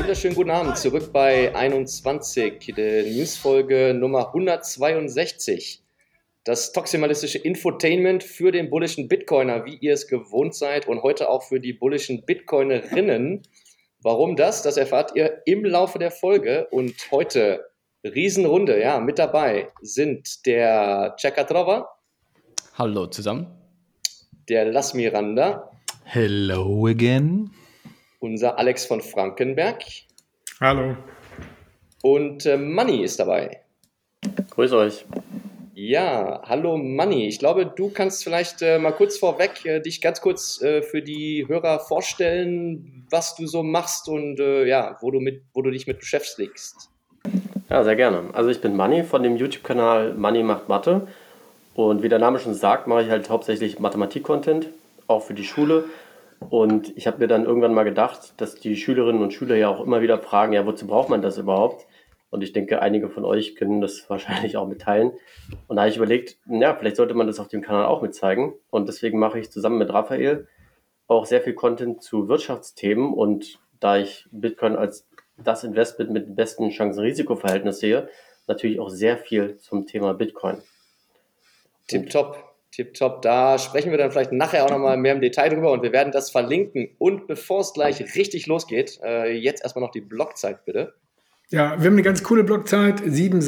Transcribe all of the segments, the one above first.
wunderschönen guten Abend zurück bei 21, der Newsfolge Nummer 162. Das toximalistische Infotainment für den bullischen Bitcoiner, wie ihr es gewohnt seid, und heute auch für die bullischen Bitcoinerinnen. Warum das? Das erfahrt ihr im Laufe der Folge. Und heute Riesenrunde, ja, mit dabei sind der Chakatrova, Hallo zusammen. der Las Miranda, Hello again. unser Alex von Frankenberg Hallo. und Manni ist dabei. Grüß euch. Ja, hallo Manni. Ich glaube, du kannst vielleicht mal kurz vorweg dich ganz kurz für die Hörer vorstellen, was du so machst und wo du dich mit beschäftigst. Ja, sehr gerne. Also ich bin Manni von dem YouTube-Kanal Manni macht Mathe. Und wie der Name schon sagt, mache ich halt hauptsächlich Mathematik-Content, auch für die Schule. Und ich habe mir dann irgendwann mal gedacht, dass die Schülerinnen und Schüler ja auch immer wieder fragen, ja, wozu braucht man das überhaupt? Und ich denke, einige von euch können das wahrscheinlich auch mitteilen. Und da habe ich überlegt, ja, vielleicht sollte man das auf dem Kanal auch mitzeigen. Und deswegen mache ich zusammen mit Raphael auch sehr viel Content zu Wirtschaftsthemen. Und da ich Bitcoin als das Investment mit dem besten Chancen-Risiko-Verhältnis sehe, natürlich auch sehr viel zum Thema Bitcoin. Tipptopp. Da sprechen wir dann vielleicht nachher auch nochmal mehr im Detail drüber und wir werden das verlinken. Und bevor es gleich richtig losgeht, jetzt erstmal noch die Blockzeit bitte. Ja, wir haben eine ganz coole Blockzeit,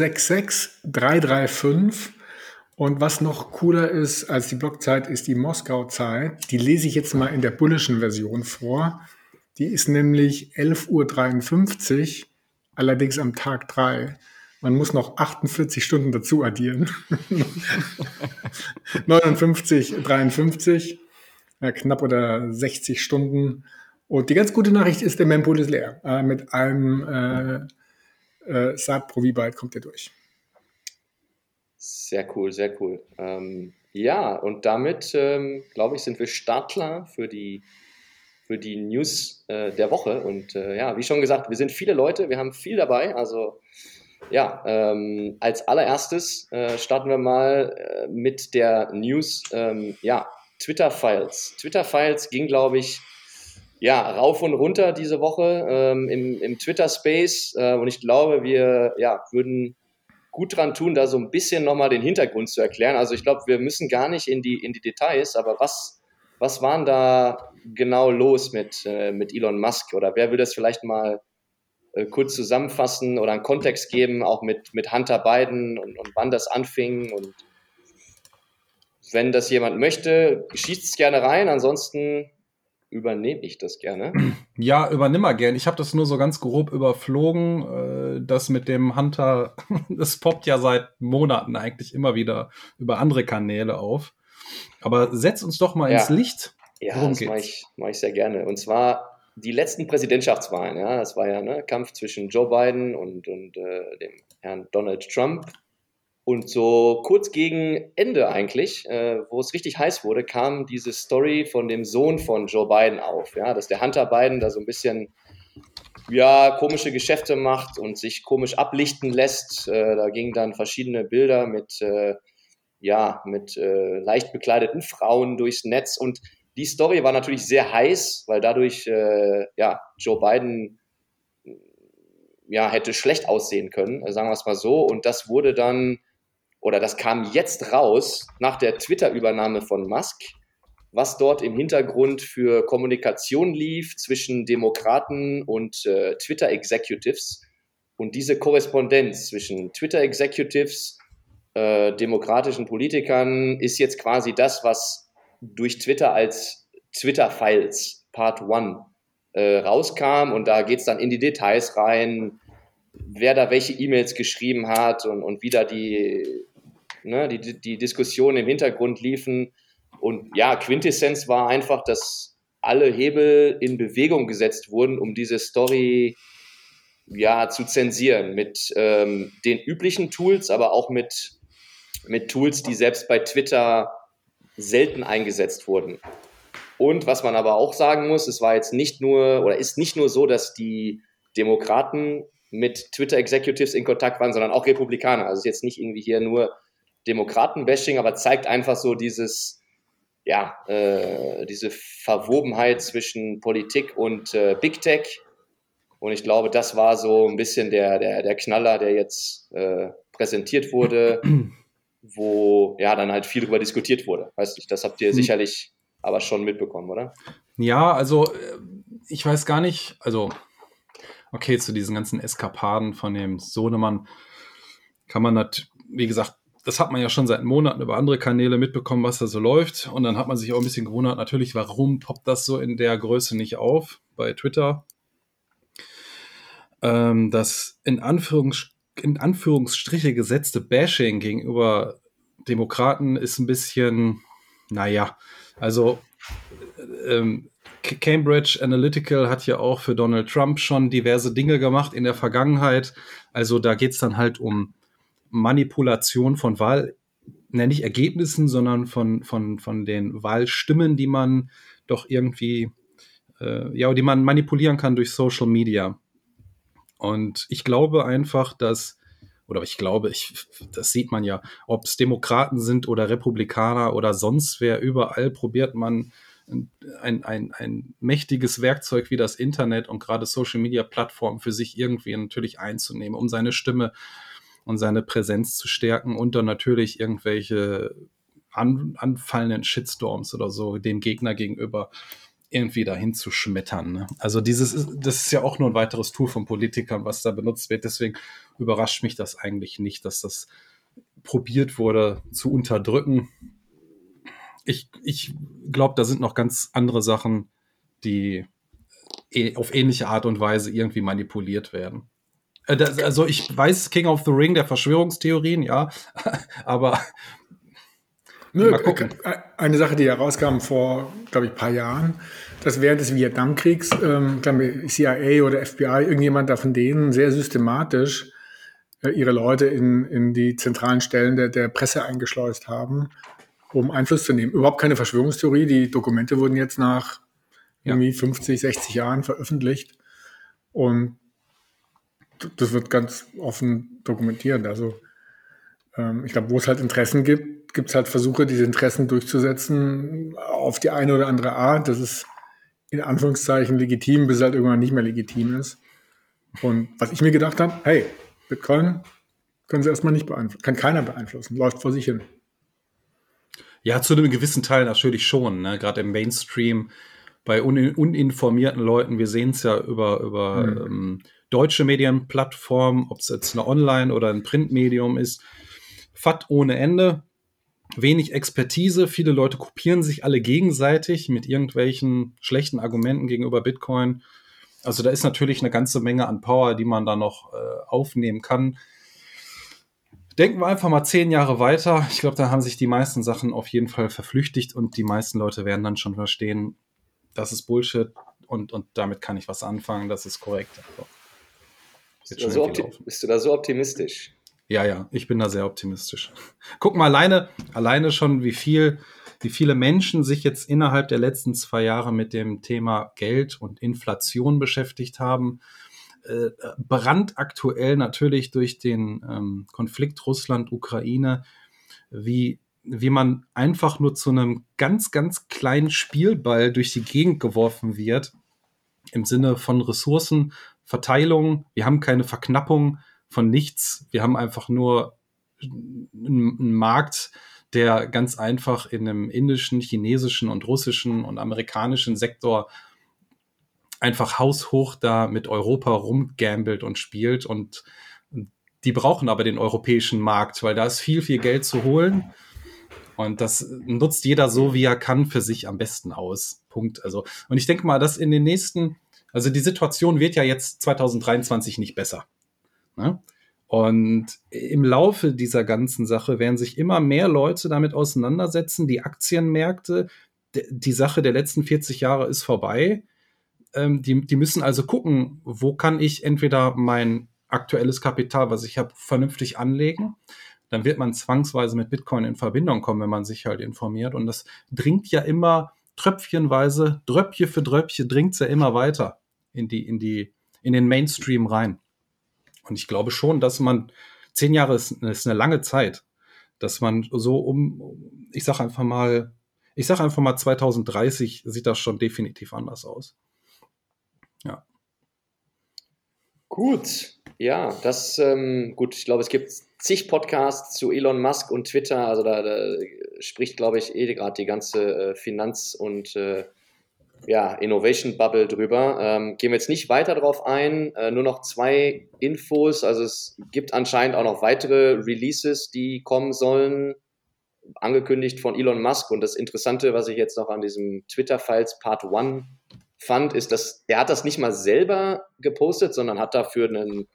766335. Und was noch cooler ist als die Blockzeit, ist die Moskau-Zeit. Die lese ich jetzt mal in der bullischen Version vor. Die ist nämlich 11:53 Uhr, allerdings am Tag 3. Man muss noch 48 Stunden dazu addieren. 59:53, knapp oder 60 Stunden. Und die ganz gute Nachricht ist, der Mempool ist leer. Mit einem Saat pro V-Byte kommt er durch. Sehr cool. Ja, und damit, glaube ich, sind wir startklar für die News der Woche. Und wie schon gesagt, wir sind viele Leute, wir haben viel dabei. Also ja, als allererstes starten wir mal mit der News, Twitter-Files. Twitter-Files ging, glaube ich, rauf und runter diese Woche im Twitter-Space. Und ich glaube, wir würden gut dran tun, da so ein bisschen nochmal den Hintergrund zu erklären. Also ich glaube, wir müssen gar nicht in die Details, aber was waren da genau los mit Elon Musk? Oder wer will das vielleicht mal kurz zusammenfassen oder einen Kontext geben, auch mit Hunter Biden und wann das anfing? Und wenn das jemand möchte, schießt es gerne rein, ansonsten übernehme ich das gerne. Ja, übernimm mal gern. Ich habe das nur so ganz grob überflogen. Das mit dem Hunter, das poppt ja seit Monaten eigentlich immer wieder über andere Kanäle auf. Aber setz uns doch mal ins Licht. Ja, Worum das geht's? mach ich sehr gerne. Und zwar die letzten Präsidentschaftswahlen. Ja, das war ja Kampf zwischen Joe Biden und dem Herrn Donald Trump. Und so kurz gegen Ende eigentlich, wo es richtig heiß wurde, kam diese Story von dem Sohn von Joe Biden auf. Ja, dass der Hunter Biden da so ein bisschen komische Geschäfte macht und sich komisch ablichten lässt. Da gingen dann verschiedene Bilder mit leicht bekleideten Frauen durchs Netz. Und die Story war natürlich sehr heiß, weil dadurch Joe Biden hätte schlecht aussehen können, sagen wir es mal so. Und das wurde dann, oder das kam jetzt raus, nach der Twitter-Übernahme von Musk, was dort im Hintergrund für Kommunikation lief zwischen Demokraten und Twitter-Executives. Und diese Korrespondenz zwischen Twitter-Executives, demokratischen Politikern, ist jetzt quasi das, was durch Twitter als Twitter-Files Part 1 rauskam. Und da geht es dann in die Details rein, wer da welche E-Mails geschrieben hat und wie da die Diskussionen im Hintergrund liefen. Und ja, Quintessenz war einfach, dass alle Hebel in Bewegung gesetzt wurden, um diese Story zu zensieren mit den üblichen Tools, aber auch mit Tools, die selbst bei Twitter selten eingesetzt wurden. Und was man aber auch sagen muss, es war jetzt nicht nur so, dass die Demokraten mit Twitter-Executives in Kontakt waren, sondern auch Republikaner. Also es ist jetzt nicht irgendwie hier nur Demokraten-Bashing, aber zeigt einfach so diese Verwobenheit zwischen Politik und Big Tech. Und ich glaube, das war so ein bisschen der Knaller, der jetzt präsentiert wurde, wo ja dann halt viel darüber diskutiert wurde. Weiß nicht, das habt ihr sicherlich aber schon mitbekommen, oder? Ja, also ich weiß gar nicht, also okay, zu diesen ganzen Eskapaden von dem Sohnemann kann man wie gesagt, das hat man ja schon seit Monaten über andere Kanäle mitbekommen, was da so läuft. Und dann hat man sich auch ein bisschen gewundert, natürlich, warum poppt das so in der Größe nicht auf bei Twitter? Das in Anführungsstriche gesetzte Bashing gegenüber Demokraten ist ein bisschen, naja, also Cambridge Analytica hat ja auch für Donald Trump schon diverse Dinge gemacht in der Vergangenheit. Also da geht es dann halt um Manipulation von nicht Ergebnissen, sondern von den Wahlstimmen, die man doch irgendwie, die man manipulieren kann durch Social Media. Und ich glaube einfach, das sieht man ja, ob es Demokraten sind oder Republikaner oder sonst wer, überall probiert man ein mächtiges Werkzeug wie das Internet und gerade Social-Media-Plattformen für sich irgendwie natürlich einzunehmen, um seine Stimme und seine Präsenz zu stärken und dann natürlich irgendwelche anfallenden Shitstorms oder so dem Gegner gegenüber irgendwie dahin zu schmettern. Ne? Also das ist ja auch nur ein weiteres Tool von Politikern, was da benutzt wird. Deswegen überrascht mich das eigentlich nicht, dass das probiert wurde zu unterdrücken. Ich glaube, da sind noch ganz andere Sachen, die auf ähnliche Art und Weise irgendwie manipuliert werden. Also ich weiß, King of the Ring, der Verschwörungstheorien, ja, aber mal gucken. Eine Sache, die herauskam vor, glaube ich, ein paar Jahren, dass während des Vietnamkriegs, CIA oder FBI, irgendjemand da von denen sehr systematisch ihre Leute in die zentralen Stellen der Presse eingeschleust haben, um Einfluss zu nehmen. Überhaupt keine Verschwörungstheorie. Die Dokumente wurden jetzt nach irgendwie 50, 60 Jahren veröffentlicht. Und das wird ganz offen dokumentiert. Also ich glaube, wo es halt Interessen gibt, gibt es halt Versuche, diese Interessen durchzusetzen auf die eine oder andere Art. Das ist in Anführungszeichen legitim, bis es halt irgendwann nicht mehr legitim ist. Und was ich mir gedacht habe, hey, Bitcoin können sie erstmal nicht beeinflussen, kann keiner beeinflussen, läuft vor sich hin. Ja, zu einem gewissen Teil natürlich schon, ne? Gerade im Mainstream, bei uninformierten Leuten, wir sehen es ja über deutsche Medienplattformen, ob es jetzt eine Online- oder ein Printmedium ist, FAT ohne Ende, wenig Expertise, viele Leute kopieren sich alle gegenseitig mit irgendwelchen schlechten Argumenten gegenüber Bitcoin. Also da ist natürlich eine ganze Menge an Power, die man da noch aufnehmen kann. Denken wir einfach mal 10 Jahre weiter. Ich glaube, da haben sich die meisten Sachen auf jeden Fall verflüchtigt und die meisten Leute werden dann schon verstehen, das ist Bullshit und damit kann ich was anfangen, das ist korrekt. Bist du da so optimistisch? Ja, ich bin da sehr optimistisch. Guck mal, alleine schon, wie viele Menschen sich jetzt innerhalb der letzten 2 Jahre mit dem Thema Geld und Inflation beschäftigt haben. Brandaktuell natürlich durch den Konflikt Russland-Ukraine, wie man einfach nur zu einem ganz, ganz kleinen Spielball durch die Gegend geworfen wird, im Sinne von Ressourcenverteilung. Wir haben keine Verknappung von nichts. Wir haben einfach nur einen Markt, der ganz einfach in einem indischen, chinesischen und russischen und amerikanischen Sektor einfach haushoch da mit Europa rumgambelt und spielt. Und die brauchen aber den europäischen Markt, weil da ist viel, viel Geld zu holen. Und das nutzt jeder so, wie er kann, für sich am besten aus. Punkt. Also, und ich denke mal, dass in den nächsten, also die Situation wird ja jetzt 2023 nicht besser. Ne? Und im Laufe dieser ganzen Sache werden sich immer mehr Leute damit auseinandersetzen. Die Aktienmärkte, die Sache der letzten 40 Jahre ist vorbei. Die müssen also gucken, wo kann ich entweder mein aktuelles Kapital, was ich habe, vernünftig anlegen. Dann wird man zwangsweise mit Bitcoin in Verbindung kommen, wenn man sich halt informiert. Und das dringt ja immer tröpfchenweise, Dröppchen für Dröppchen, dringt es ja immer weiter in den Mainstream rein. Und ich glaube schon, dass 10 Jahre ist eine lange Zeit, dass man so ich sag einfach mal 2030 sieht das schon definitiv anders aus. Ja. Gut, ja, gut, ich glaube, es gibt zig Podcasts zu Elon Musk und Twitter, also da spricht, glaube ich, gerade die ganze Finanz- und Innovation-Bubble drüber. Gehen wir jetzt nicht weiter drauf ein, nur noch 2 Infos, also es gibt anscheinend auch noch weitere Releases, die kommen sollen, angekündigt von Elon Musk, und das Interessante, was ich jetzt noch an diesem Twitter-Files Part 1 fand, ist, dass er hat das nicht mal selber gepostet, sondern hat dafür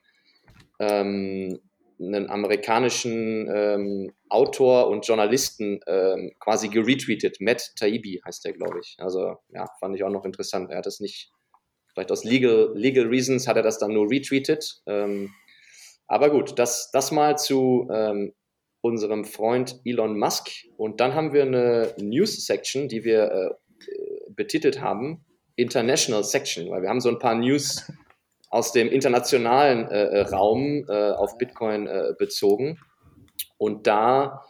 einen amerikanischen Autor und Journalisten quasi geretweetet. Matt Taibbi heißt der, glaube ich. Also ja, fand ich auch noch interessant. Er hat das nicht, vielleicht aus legal reasons hat er das dann nur retweetet. Aber gut, das mal zu unserem Freund Elon Musk. Und dann haben wir eine News-Section, die wir betitelt haben, International Section, weil wir haben so ein paar News aus dem internationalen Raum auf Bitcoin bezogen. Und da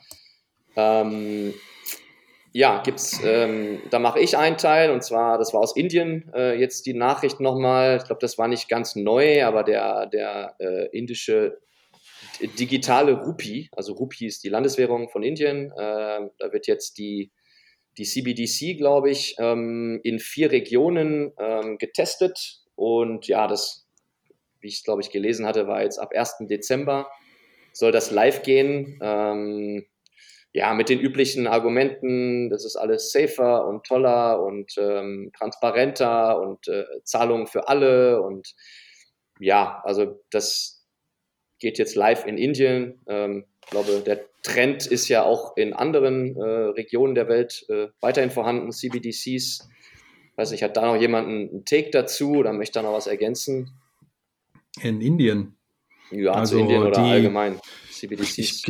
gibt's, da mache ich einen Teil, und zwar, das war aus Indien, jetzt die Nachricht nochmal, ich glaube, das war nicht ganz neu, aber der indische digitale Rupee, also Rupee ist die Landeswährung von Indien, da wird jetzt die CBDC, glaube ich, in 4 Regionen getestet, und ja, das, wie ich es, glaube ich, gelesen hatte, war jetzt ab 1. Dezember soll das live gehen, mit den üblichen Argumenten, das ist alles safer und toller und transparenter und Zahlungen für alle, und ja, also das geht jetzt live in Indien. Ich glaube, der Trend ist ja auch in anderen Regionen der Welt weiterhin vorhanden, CBDCs. Weiß nicht, hat da noch jemand einen Take dazu oder möchte da noch was ergänzen? In Indien? Ja, also zu Indien oder allgemein CBDCs. Ich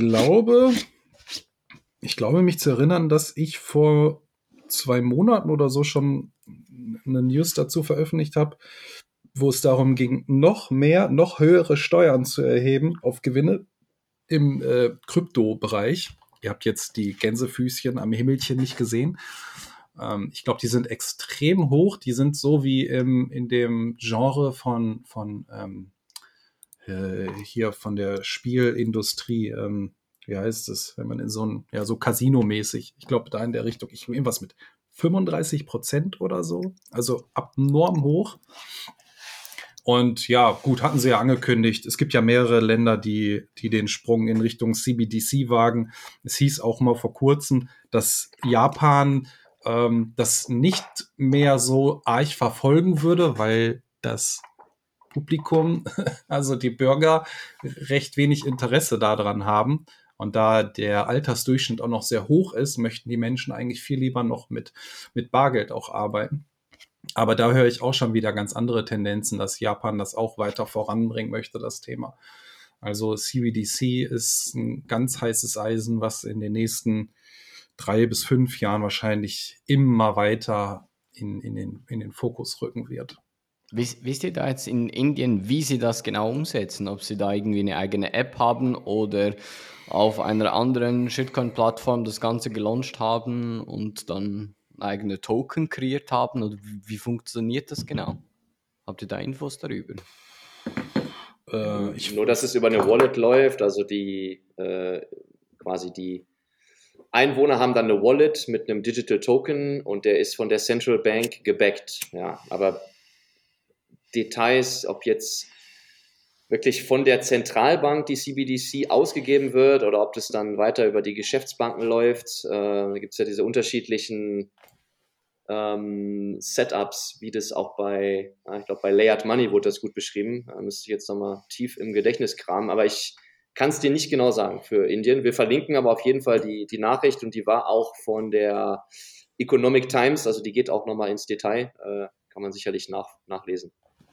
glaube, mich zu erinnern, dass ich vor 2 Monaten oder so schon eine News dazu veröffentlicht habe, wo es darum ging, noch höhere Steuern zu erheben auf Gewinne im Kryptobereich. Ihr habt jetzt die Gänsefüßchen am Himmelchen nicht gesehen. Ich glaube, die sind extrem hoch. Die sind so wie in dem Genre von hier von der Spielindustrie. Wie heißt es, wenn man in so Casino-mäßig, ich glaube, da in der Richtung, irgendwas mit 35% oder so, also abnorm hoch. Und ja, gut, hatten sie ja angekündigt. Es gibt ja mehrere Länder, die den Sprung in Richtung CBDC wagen. Es hieß auch mal vor kurzem, dass Japan das nicht mehr so arg verfolgen würde, weil das Publikum, also die Bürger, recht wenig Interesse daran haben. Und da der Altersdurchschnitt auch noch sehr hoch ist, möchten die Menschen eigentlich viel lieber noch mit Bargeld auch arbeiten. Aber da höre ich auch schon wieder ganz andere Tendenzen, dass Japan das auch weiter voranbringen möchte, das Thema. Also CBDC ist ein ganz heißes Eisen, was in den nächsten 3 bis 5 Jahren wahrscheinlich immer weiter in den Fokus rücken wird. Wisst ihr da jetzt in Indien, wie sie das genau umsetzen? Ob sie da irgendwie eine eigene App haben oder auf einer anderen Shitcoin-Plattform das Ganze gelauncht haben und dann eigene Token kreiert haben? Oder wie funktioniert das genau? Habt ihr da Infos darüber? Nur, dass es über eine Wallet läuft, also die quasi die Einwohner haben dann eine Wallet mit einem Digital Token, und der ist von der Central Bank gebackt. Ja, aber Details, ob jetzt wirklich von der Zentralbank die CBDC ausgegeben wird oder ob das dann weiter über die Geschäftsbanken läuft, da gibt es ja diese unterschiedlichen Setups, wie das auch ich glaube, bei Layered Money wurde das gut beschrieben. Da müsste ich jetzt nochmal tief im Gedächtnis kramen, aber ich kann es dir nicht genau sagen für Indien. Wir verlinken aber auf jeden Fall die Nachricht, und die war auch von der Economic Times, also die geht auch nochmal ins Detail, kann man sicherlich nachlesen.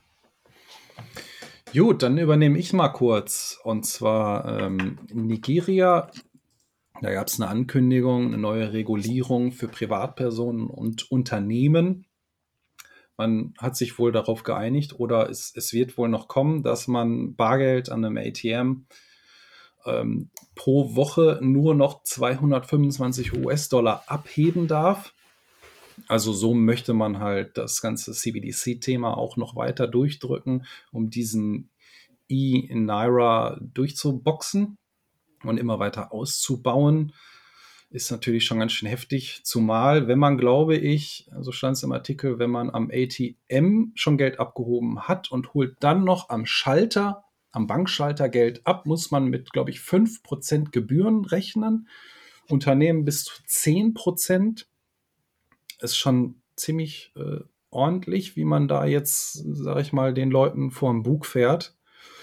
Gut, dann übernehme ich mal kurz. Und zwar in Nigeria, da gab es eine Ankündigung, eine neue Regulierung für Privatpersonen und Unternehmen. Man hat sich wohl darauf geeinigt, oder es wird wohl noch kommen, dass man Bargeld an einem ATM pro Woche nur noch 225 US-Dollar abheben darf. Also so möchte man halt das ganze CBDC-Thema auch noch weiter durchdrücken, um diesen E-Naira durchzuboxen und immer weiter auszubauen, ist natürlich schon ganz schön heftig. Zumal, wenn man, glaube ich, so stand es im Artikel, wenn man am ATM schon Geld abgehoben hat und holt dann noch am Bankschalter Geld ab, muss man mit, glaube ich, 5% Gebühren rechnen. Unternehmen bis zu 10%. Ist schon ziemlich ordentlich, wie man da jetzt, sage ich mal, den Leuten vor dem Bug fährt.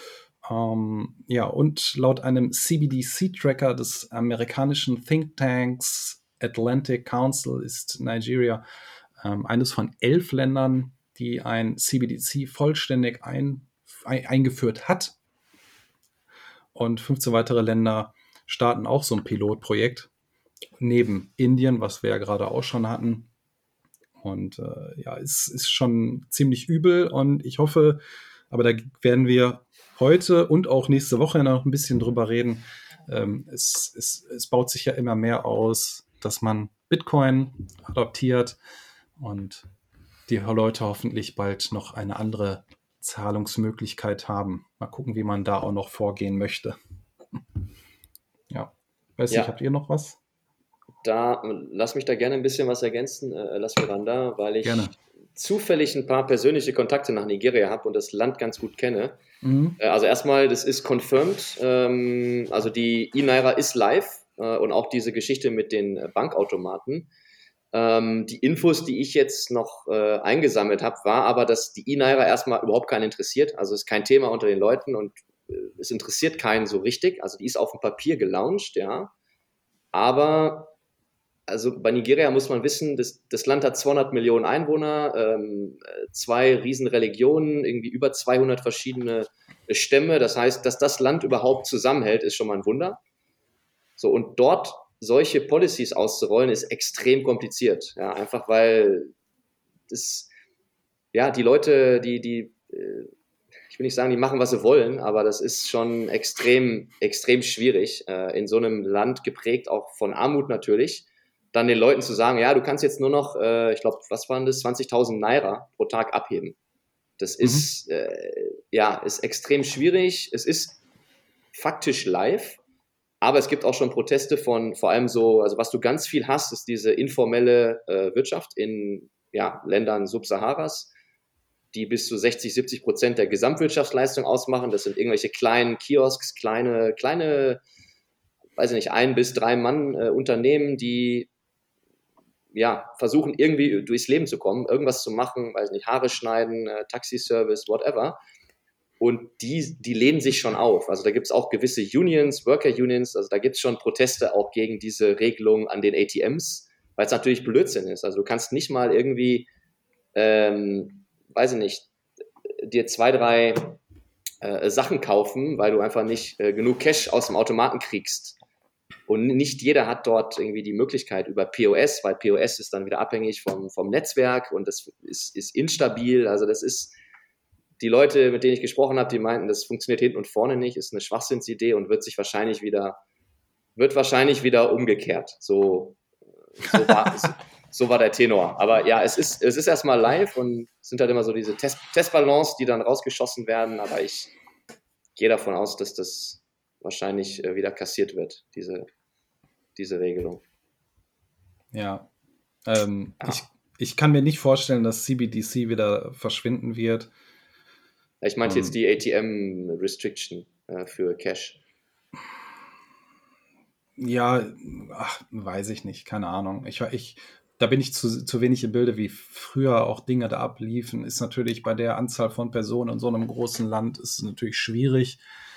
Ja, und laut einem CBDC-Tracker des amerikanischen Thinktanks Atlantic Council ist Nigeria eines von 11 Ländern, die ein CBDC vollständig eingeführt hat. Und 15 weitere Länder starten auch so ein Pilotprojekt, neben Indien, was wir ja gerade auch schon hatten. Und ja, es ist schon ziemlich übel und ich hoffe, aber da werden wir heute und auch nächste Woche noch ein bisschen drüber reden. Es baut sich ja immer mehr aus, dass man Bitcoin adoptiert und die Leute hoffentlich bald noch eine andere Zahlungsmöglichkeit haben. Mal gucken, wie man da auch noch vorgehen möchte. Ja, weiß nicht, habt ihr noch was? Lass mich da gerne ein bisschen was ergänzen, lass mir dann da, weil ich Gerne. zufällig ein paar persönliche Kontakte nach Nigeria habe und das Land ganz gut kenne. Also erstmal, das ist confirmed, also die E-Naira ist live und auch diese Geschichte mit den Bankautomaten. Die Infos, die ich jetzt noch eingesammelt habe, war aber, dass die E-Naira erstmal überhaupt keinen interessiert, also ist kein Thema unter den Leuten und es interessiert keinen so richtig, also die ist auf dem Papier gelauncht, ja, aber also bei Nigeria muss man wissen, das Land hat 200 Millionen Einwohner, 2 Riesenreligionen, irgendwie über 200 verschiedene Stämme. Das heißt, dass das Land überhaupt zusammenhält, ist schon mal ein Wunder. So, und dort solche Policies auszurollen, ist extrem kompliziert. Ja, einfach weil die Leute, ich will nicht sagen, die machen, was sie wollen, aber das ist schon extrem, extrem schwierig, in so einem Land geprägt auch von Armut natürlich, dann den Leuten zu sagen, ja, du kannst jetzt nur noch, ich glaube, was waren das, 20.000 Naira pro Tag abheben. Das ist, ist extrem schwierig. Es ist faktisch live, aber es gibt auch schon Proteste von vor allem so, also was du ganz viel hast, ist diese informelle Wirtschaft in Ländern Subsaharas, die bis zu 60-70% der Gesamtwirtschaftsleistung ausmachen. Das sind irgendwelche kleinen Kiosks, kleine, weiß ich nicht, 1 bis 3 Mann Unternehmen, die versuchen irgendwie durchs Leben zu kommen, irgendwas zu machen, weiß nicht, Haare schneiden, Taxiservice, whatever. Und die lehnen sich schon auf. Also da gibt es auch gewisse Unions, Worker-Unions, also da gibt es schon Proteste auch gegen diese Regelung an den ATMs, weil es natürlich Blödsinn ist. Also du kannst nicht mal irgendwie, weiß ich nicht, dir 2, 3 Sachen kaufen, weil du einfach nicht genug Cash aus dem Automaten kriegst. Und nicht jeder hat dort irgendwie die Möglichkeit über POS, weil POS ist dann wieder abhängig vom Netzwerk und das ist instabil. Also das ist, die Leute, mit denen ich gesprochen habe, die meinten, das funktioniert hinten und vorne nicht, ist eine Schwachsinnsidee und wird wahrscheinlich wieder umgekehrt. So war der Tenor. Aber ja, es ist erstmal live und es sind halt immer so diese Testballons, die dann rausgeschossen werden, aber ich gehe davon aus, dass das wahrscheinlich wieder kassiert wird, diese Regelung. Ja. Ich kann mir nicht vorstellen, dass CBDC wieder verschwinden wird. Ich meinte jetzt die ATM-Restriction für Cash. Ja, weiß ich nicht, keine Ahnung. Da bin ich zu wenig im Bilde, wie früher auch Dinge da abliefen. Ist natürlich bei der Anzahl von Personen in so einem großen Land ist es natürlich schwierig.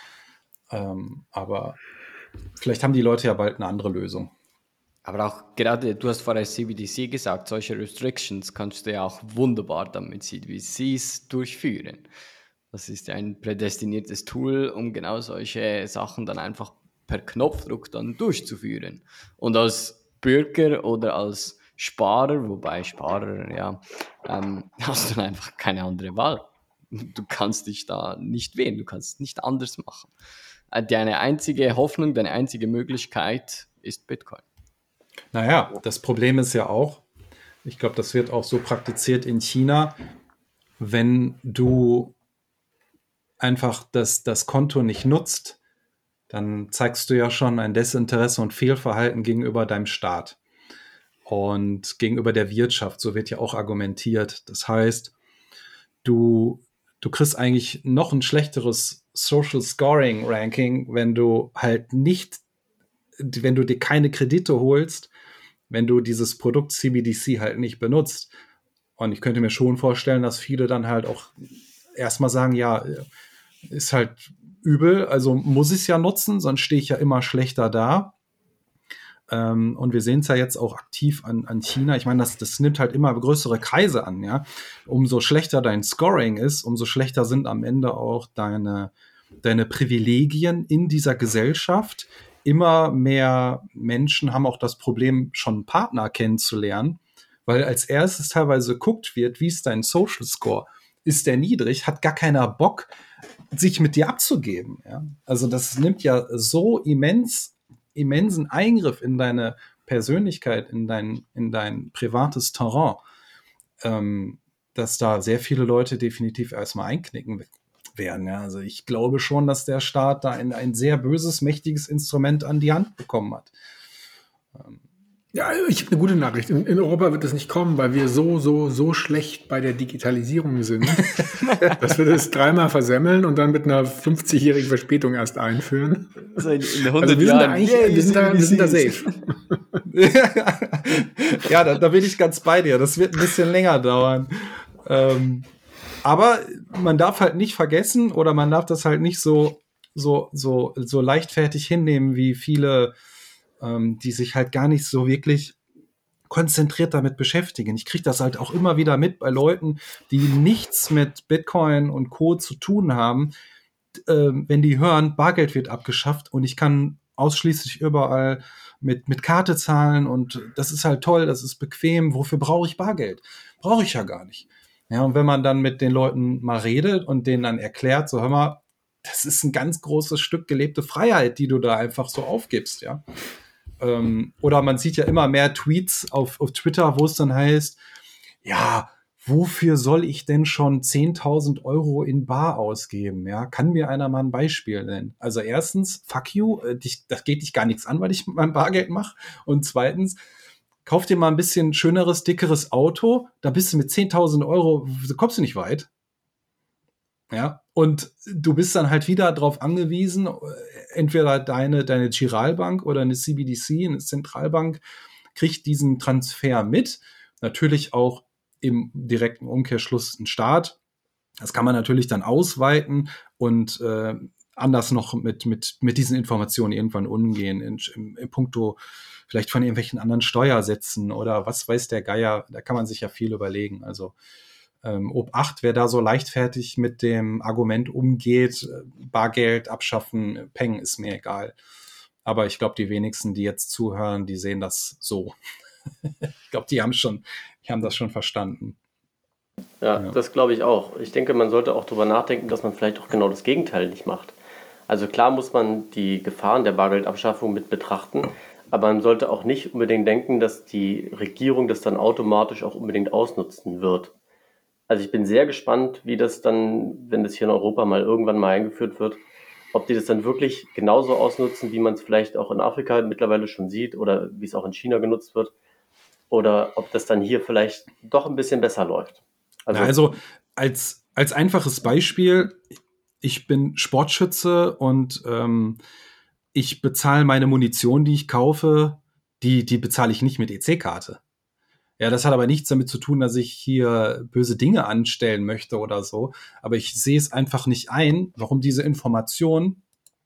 Aber vielleicht haben die Leute ja bald eine andere Lösung. Aber auch gerade, du hast vorher CBDC gesagt, solche Restrictions kannst du ja auch wunderbar damit CBDCs durchführen. Das ist ja ein prädestiniertes Tool, um genau solche Sachen dann einfach per Knopfdruck dann durchzuführen. Und als Bürger oder als Sparer, wobei Sparer, hast du dann einfach keine andere Wahl. Du kannst dich da nicht wehren, du kannst es nicht anders machen. Deine einzige Hoffnung, deine einzige Möglichkeit ist Bitcoin. Naja, das Problem ist ja auch, ich glaube, das wird auch so praktiziert in China, wenn du einfach das Konto nicht nutzt, dann zeigst du ja schon ein Desinteresse und Fehlverhalten gegenüber deinem Staat und gegenüber der Wirtschaft. So wird ja auch argumentiert. Das heißt, du kriegst eigentlich noch ein schlechteres Social Scoring Ranking, wenn du dir keine Kredite holst, wenn du dieses Produkt CBDC halt nicht benutzt. Und ich könnte mir schon vorstellen, dass viele dann halt auch erstmal sagen, ja, ist halt übel, also muss ich es ja nutzen, sonst stehe ich ja immer schlechter da. Und wir sehen es ja jetzt auch aktiv an China. Ich meine, das nimmt halt immer größere Kreise an, ja. Umso schlechter dein Scoring ist, umso schlechter sind am Ende auch deine Privilegien in dieser Gesellschaft. Immer mehr Menschen haben auch das Problem, schon einen Partner kennenzulernen, weil als erstes teilweise geguckt wird, wie ist dein Social Score? Ist der niedrig? Hat gar keiner Bock, sich mit dir abzugeben. Ja? Also das nimmt ja so immensen Eingriff in deine Persönlichkeit, in dein privates Terrain, dass da sehr viele Leute definitiv erstmal einknicken werden. Ja? Also ich glaube schon, dass der Staat da ein sehr böses, mächtiges Instrument an die Hand bekommen hat. Ja, ich habe eine gute Nachricht. In Europa wird das nicht kommen, weil wir so schlecht bei der Digitalisierung sind, dass wir das dreimal versemmeln und dann mit einer 50-jährigen Verspätung erst einführen. Also in 100 Also wir sind da Jahren. eigentlich, Yeah, wir sind da safe. Ja, da bin ich ganz bei dir. Das wird ein bisschen länger dauern. Aber man darf halt nicht vergessen oder man darf das halt nicht so leichtfertig hinnehmen, wie viele, die sich halt gar nicht so wirklich konzentriert damit beschäftigen. Ich kriege das halt auch immer wieder mit bei Leuten, die nichts mit Bitcoin und Co. zu tun haben, wenn die hören, Bargeld wird abgeschafft und ich kann ausschließlich überall mit Karte zahlen und das ist halt toll, das ist bequem. Wofür brauche ich Bargeld? Brauche ich ja gar nicht. Ja, und wenn man dann mit den Leuten mal redet und denen dann erklärt, so hör mal, das ist ein ganz großes Stück gelebte Freiheit, die du da einfach so aufgibst, ja. Oder man sieht ja immer mehr Tweets auf Twitter, wo es dann heißt, ja, wofür soll ich denn schon 10.000 € in Bar ausgeben? Ja, kann mir einer mal ein Beispiel nennen? Also erstens, fuck you, das geht dich gar nichts an, was ich mit meinem Bargeld mache. Und zweitens, kauf dir mal ein bisschen schöneres, dickeres Auto, da bist du mit 10.000 €, kommst du nicht weit. Ja, und du bist dann halt wieder darauf angewiesen, entweder deine Giralbank oder eine CBDC, eine Zentralbank, kriegt diesen Transfer mit. Natürlich auch im direkten Umkehrschluss ein Staat. Das kann man natürlich dann ausweiten und anders noch mit diesen Informationen irgendwann umgehen, in puncto vielleicht von irgendwelchen anderen Steuersätzen oder was weiß der Geier, da kann man sich ja viel überlegen. Also Obacht, wer da so leichtfertig mit dem Argument umgeht, Bargeld abschaffen, Peng, ist mir egal. Aber ich glaube, die wenigsten, die jetzt zuhören, die sehen das so. Ich glaube, die haben das schon verstanden. Ja, das glaube ich auch. Ich denke, man sollte auch darüber nachdenken, dass man vielleicht auch genau das Gegenteil nicht macht. Also klar muss man die Gefahren der Bargeldabschaffung mit betrachten, aber man sollte auch nicht unbedingt denken, dass die Regierung das dann automatisch auch unbedingt ausnutzen wird. Also ich bin sehr gespannt, wie das dann, wenn das hier in Europa mal irgendwann mal eingeführt wird, ob die das dann wirklich genauso ausnutzen, wie man es vielleicht auch in Afrika mittlerweile schon sieht oder wie es auch in China genutzt wird, oder ob das dann hier vielleicht doch ein bisschen besser läuft. Also als einfaches Beispiel, ich bin Sportschütze und ich bezahle meine Munition, die ich kaufe, die bezahle ich nicht mit EC-Karte. Ja, das hat aber nichts damit zu tun, dass ich hier böse Dinge anstellen möchte oder so. Aber ich sehe es einfach nicht ein, warum diese Information,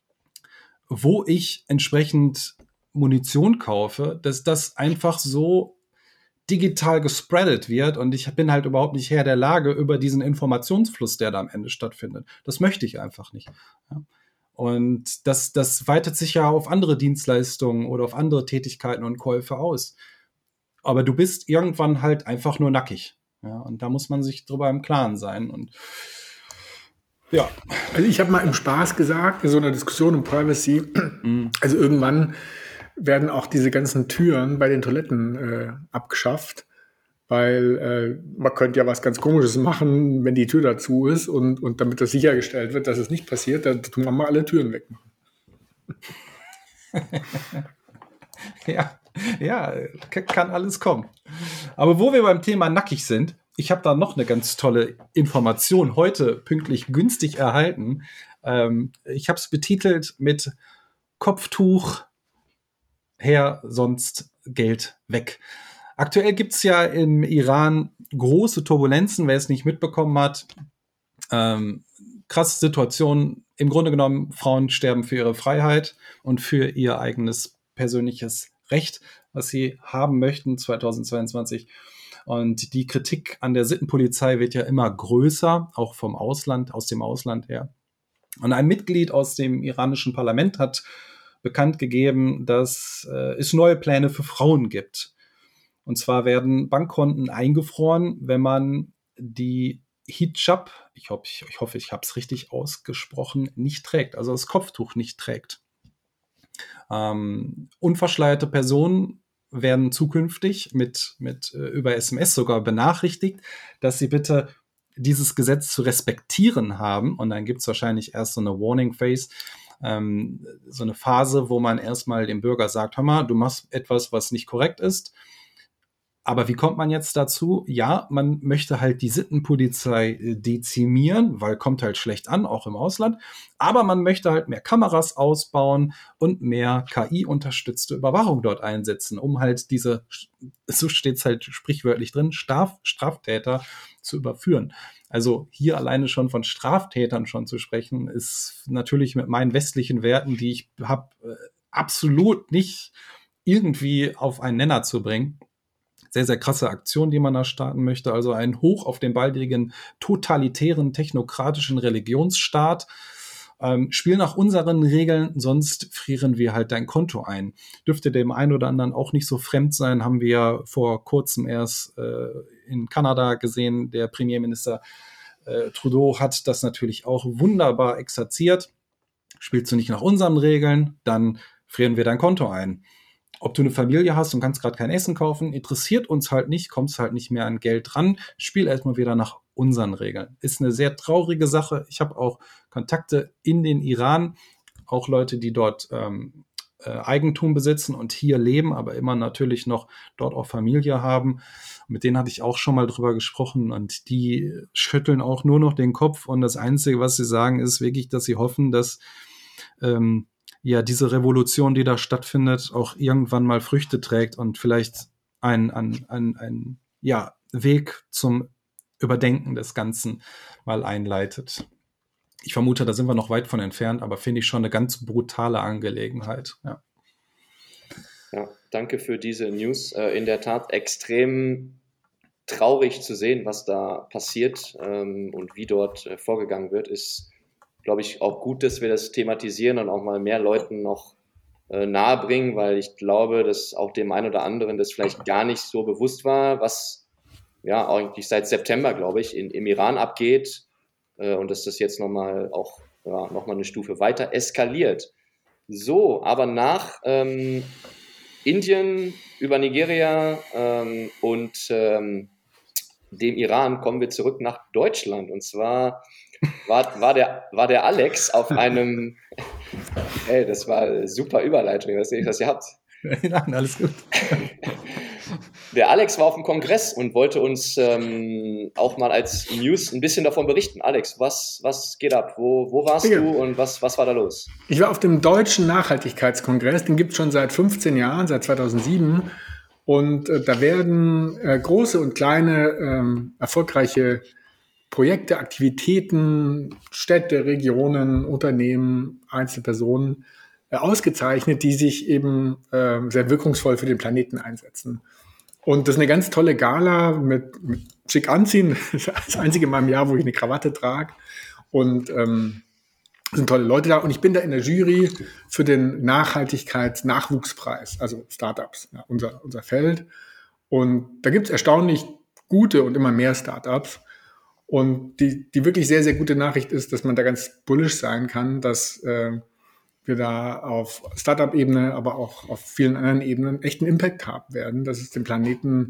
wo ich entsprechend Munition kaufe, dass das einfach so digital gespreadet wird und ich bin halt überhaupt nicht Herr der Lage über diesen Informationsfluss, der da am Ende stattfindet. Das möchte ich einfach nicht. Ja. Und das weitet sich ja auf andere Dienstleistungen oder auf andere Tätigkeiten und Käufe aus. Aber du bist irgendwann halt einfach nur nackig. Ja, und da muss man sich drüber im Klaren sein. Und ja. Also ich habe mal im Spaß gesagt, in so einer Diskussion um Privacy, also irgendwann werden auch diese ganzen Türen bei den Toiletten abgeschafft. weil man könnte ja was ganz Komisches machen, wenn die Tür dazu ist und damit das sichergestellt wird, dass es nicht passiert, dann tun wir mal alle Türen wegmachen. Ja, kann alles kommen. Aber wo wir beim Thema nackig sind, ich habe da noch eine ganz tolle Information heute pünktlich günstig erhalten. Ich habe es betitelt mit Kopftuch her, sonst Geld weg. Aktuell gibt es ja im Iran große Turbulenzen, wer es nicht mitbekommen hat. Krasse Situation. Im Grunde genommen, Frauen sterben für ihre Freiheit und für ihr eigenes persönliches Recht, was sie haben möchten 2022. Und die Kritik an der Sittenpolizei wird ja immer größer, auch vom Ausland, aus dem Ausland her. Und ein Mitglied aus dem iranischen Parlament hat bekannt gegeben, dass es neue Pläne für Frauen gibt. Und zwar werden Bankkonten eingefroren, wenn man die Hijab, ich hoffe, ich habe es richtig ausgesprochen, nicht trägt, also das Kopftuch nicht trägt. Unverschleierte Personen werden zukünftig mit über SMS sogar benachrichtigt, dass sie bitte dieses Gesetz zu respektieren haben. Und dann gibt es wahrscheinlich erst so eine Warning Phase, so eine Phase, wo man erstmal dem Bürger sagt, hör mal, du machst etwas, was nicht korrekt ist. Aber wie kommt man jetzt dazu? Ja, man möchte halt die Sittenpolizei dezimieren, weil kommt halt schlecht an, auch im Ausland. Aber man möchte halt mehr Kameras ausbauen und mehr KI-unterstützte Überwachung dort einsetzen, um halt diese, so steht es halt sprichwörtlich drin, Straftäter zu überführen. Also hier alleine schon von Straftätern schon zu sprechen, ist natürlich mit meinen westlichen Werten, die ich habe, absolut nicht irgendwie auf einen Nenner zu bringen. Sehr, sehr krasse Aktion, die man da starten möchte. Also ein Hoch auf den baldigen totalitären, technokratischen Religionsstaat. Spiel nach unseren Regeln, sonst frieren wir halt dein Konto ein. Dürfte dem einen oder anderen auch nicht so fremd sein, haben wir ja vor kurzem erst in Kanada gesehen. Der Premierminister Trudeau hat das natürlich auch wunderbar exerziert. Spielst du nicht nach unseren Regeln, dann frieren wir dein Konto ein. Ob du eine Familie hast und kannst gerade kein Essen kaufen, interessiert uns halt nicht, kommst halt nicht mehr an Geld ran. Spiel erstmal wieder nach unseren Regeln. Ist eine sehr traurige Sache. Ich habe auch Kontakte in den Iran, auch Leute, die dort Eigentum besitzen und hier leben, aber immer natürlich noch dort auch Familie haben. Mit denen hatte ich auch schon mal drüber gesprochen und die schütteln auch nur noch den Kopf und das Einzige, was sie sagen, ist wirklich, dass sie hoffen, dass diese Revolution, die da stattfindet, auch irgendwann mal Früchte trägt und vielleicht ein Weg zum Überdenken des Ganzen mal einleitet. Ich vermute, da sind wir noch weit von entfernt, aber finde ich schon eine ganz brutale Angelegenheit. Ja, danke für diese News. In der Tat extrem traurig zu sehen, was da passiert und wie dort vorgegangen wird, ist, glaube ich, auch gut, dass wir das thematisieren und auch mal mehr Leuten noch nahebringen, weil ich glaube, dass auch dem einen oder anderen das vielleicht gar nicht so bewusst war, was ja eigentlich seit September, glaube ich, im Iran abgeht und dass das jetzt nochmal eine Stufe weiter eskaliert. So, aber nach Indien, über Nigeria und dem Iran kommen wir zurück nach Deutschland. Und zwar war der Alex auf einem, das war eine super Überleitung, ich weiß nicht, was ihr habt. Nein, alles gut. Der Alex war auf dem Kongress und wollte uns auch mal als News ein bisschen davon berichten. Alex, was geht ab? Wo warst du und was war da los? Ich war auf dem Deutschen Nachhaltigkeitskongress, den gibt es schon seit 15 Jahren, seit 2007. Und da werden große und kleine erfolgreiche Projekte, Aktivitäten, Städte, Regionen, Unternehmen, Einzelpersonen ausgezeichnet, die sich eben sehr wirkungsvoll für den Planeten einsetzen. Und das ist eine ganz tolle Gala mit schick anziehen. Das ist das einzige Mal im Jahr, wo ich eine Krawatte trage. Und es sind tolle Leute da. Und ich bin da in der Jury für den Nachhaltigkeits-Nachwuchspreis, also Startups, ja, unser Feld. Und da gibt es erstaunlich gute und immer mehr Startups. Und die wirklich sehr, sehr gute Nachricht ist, dass man da ganz bullish sein kann, dass wir da auf Startup-Ebene, aber auch auf vielen anderen Ebenen echt einen Impact haben werden, dass es dem Planeten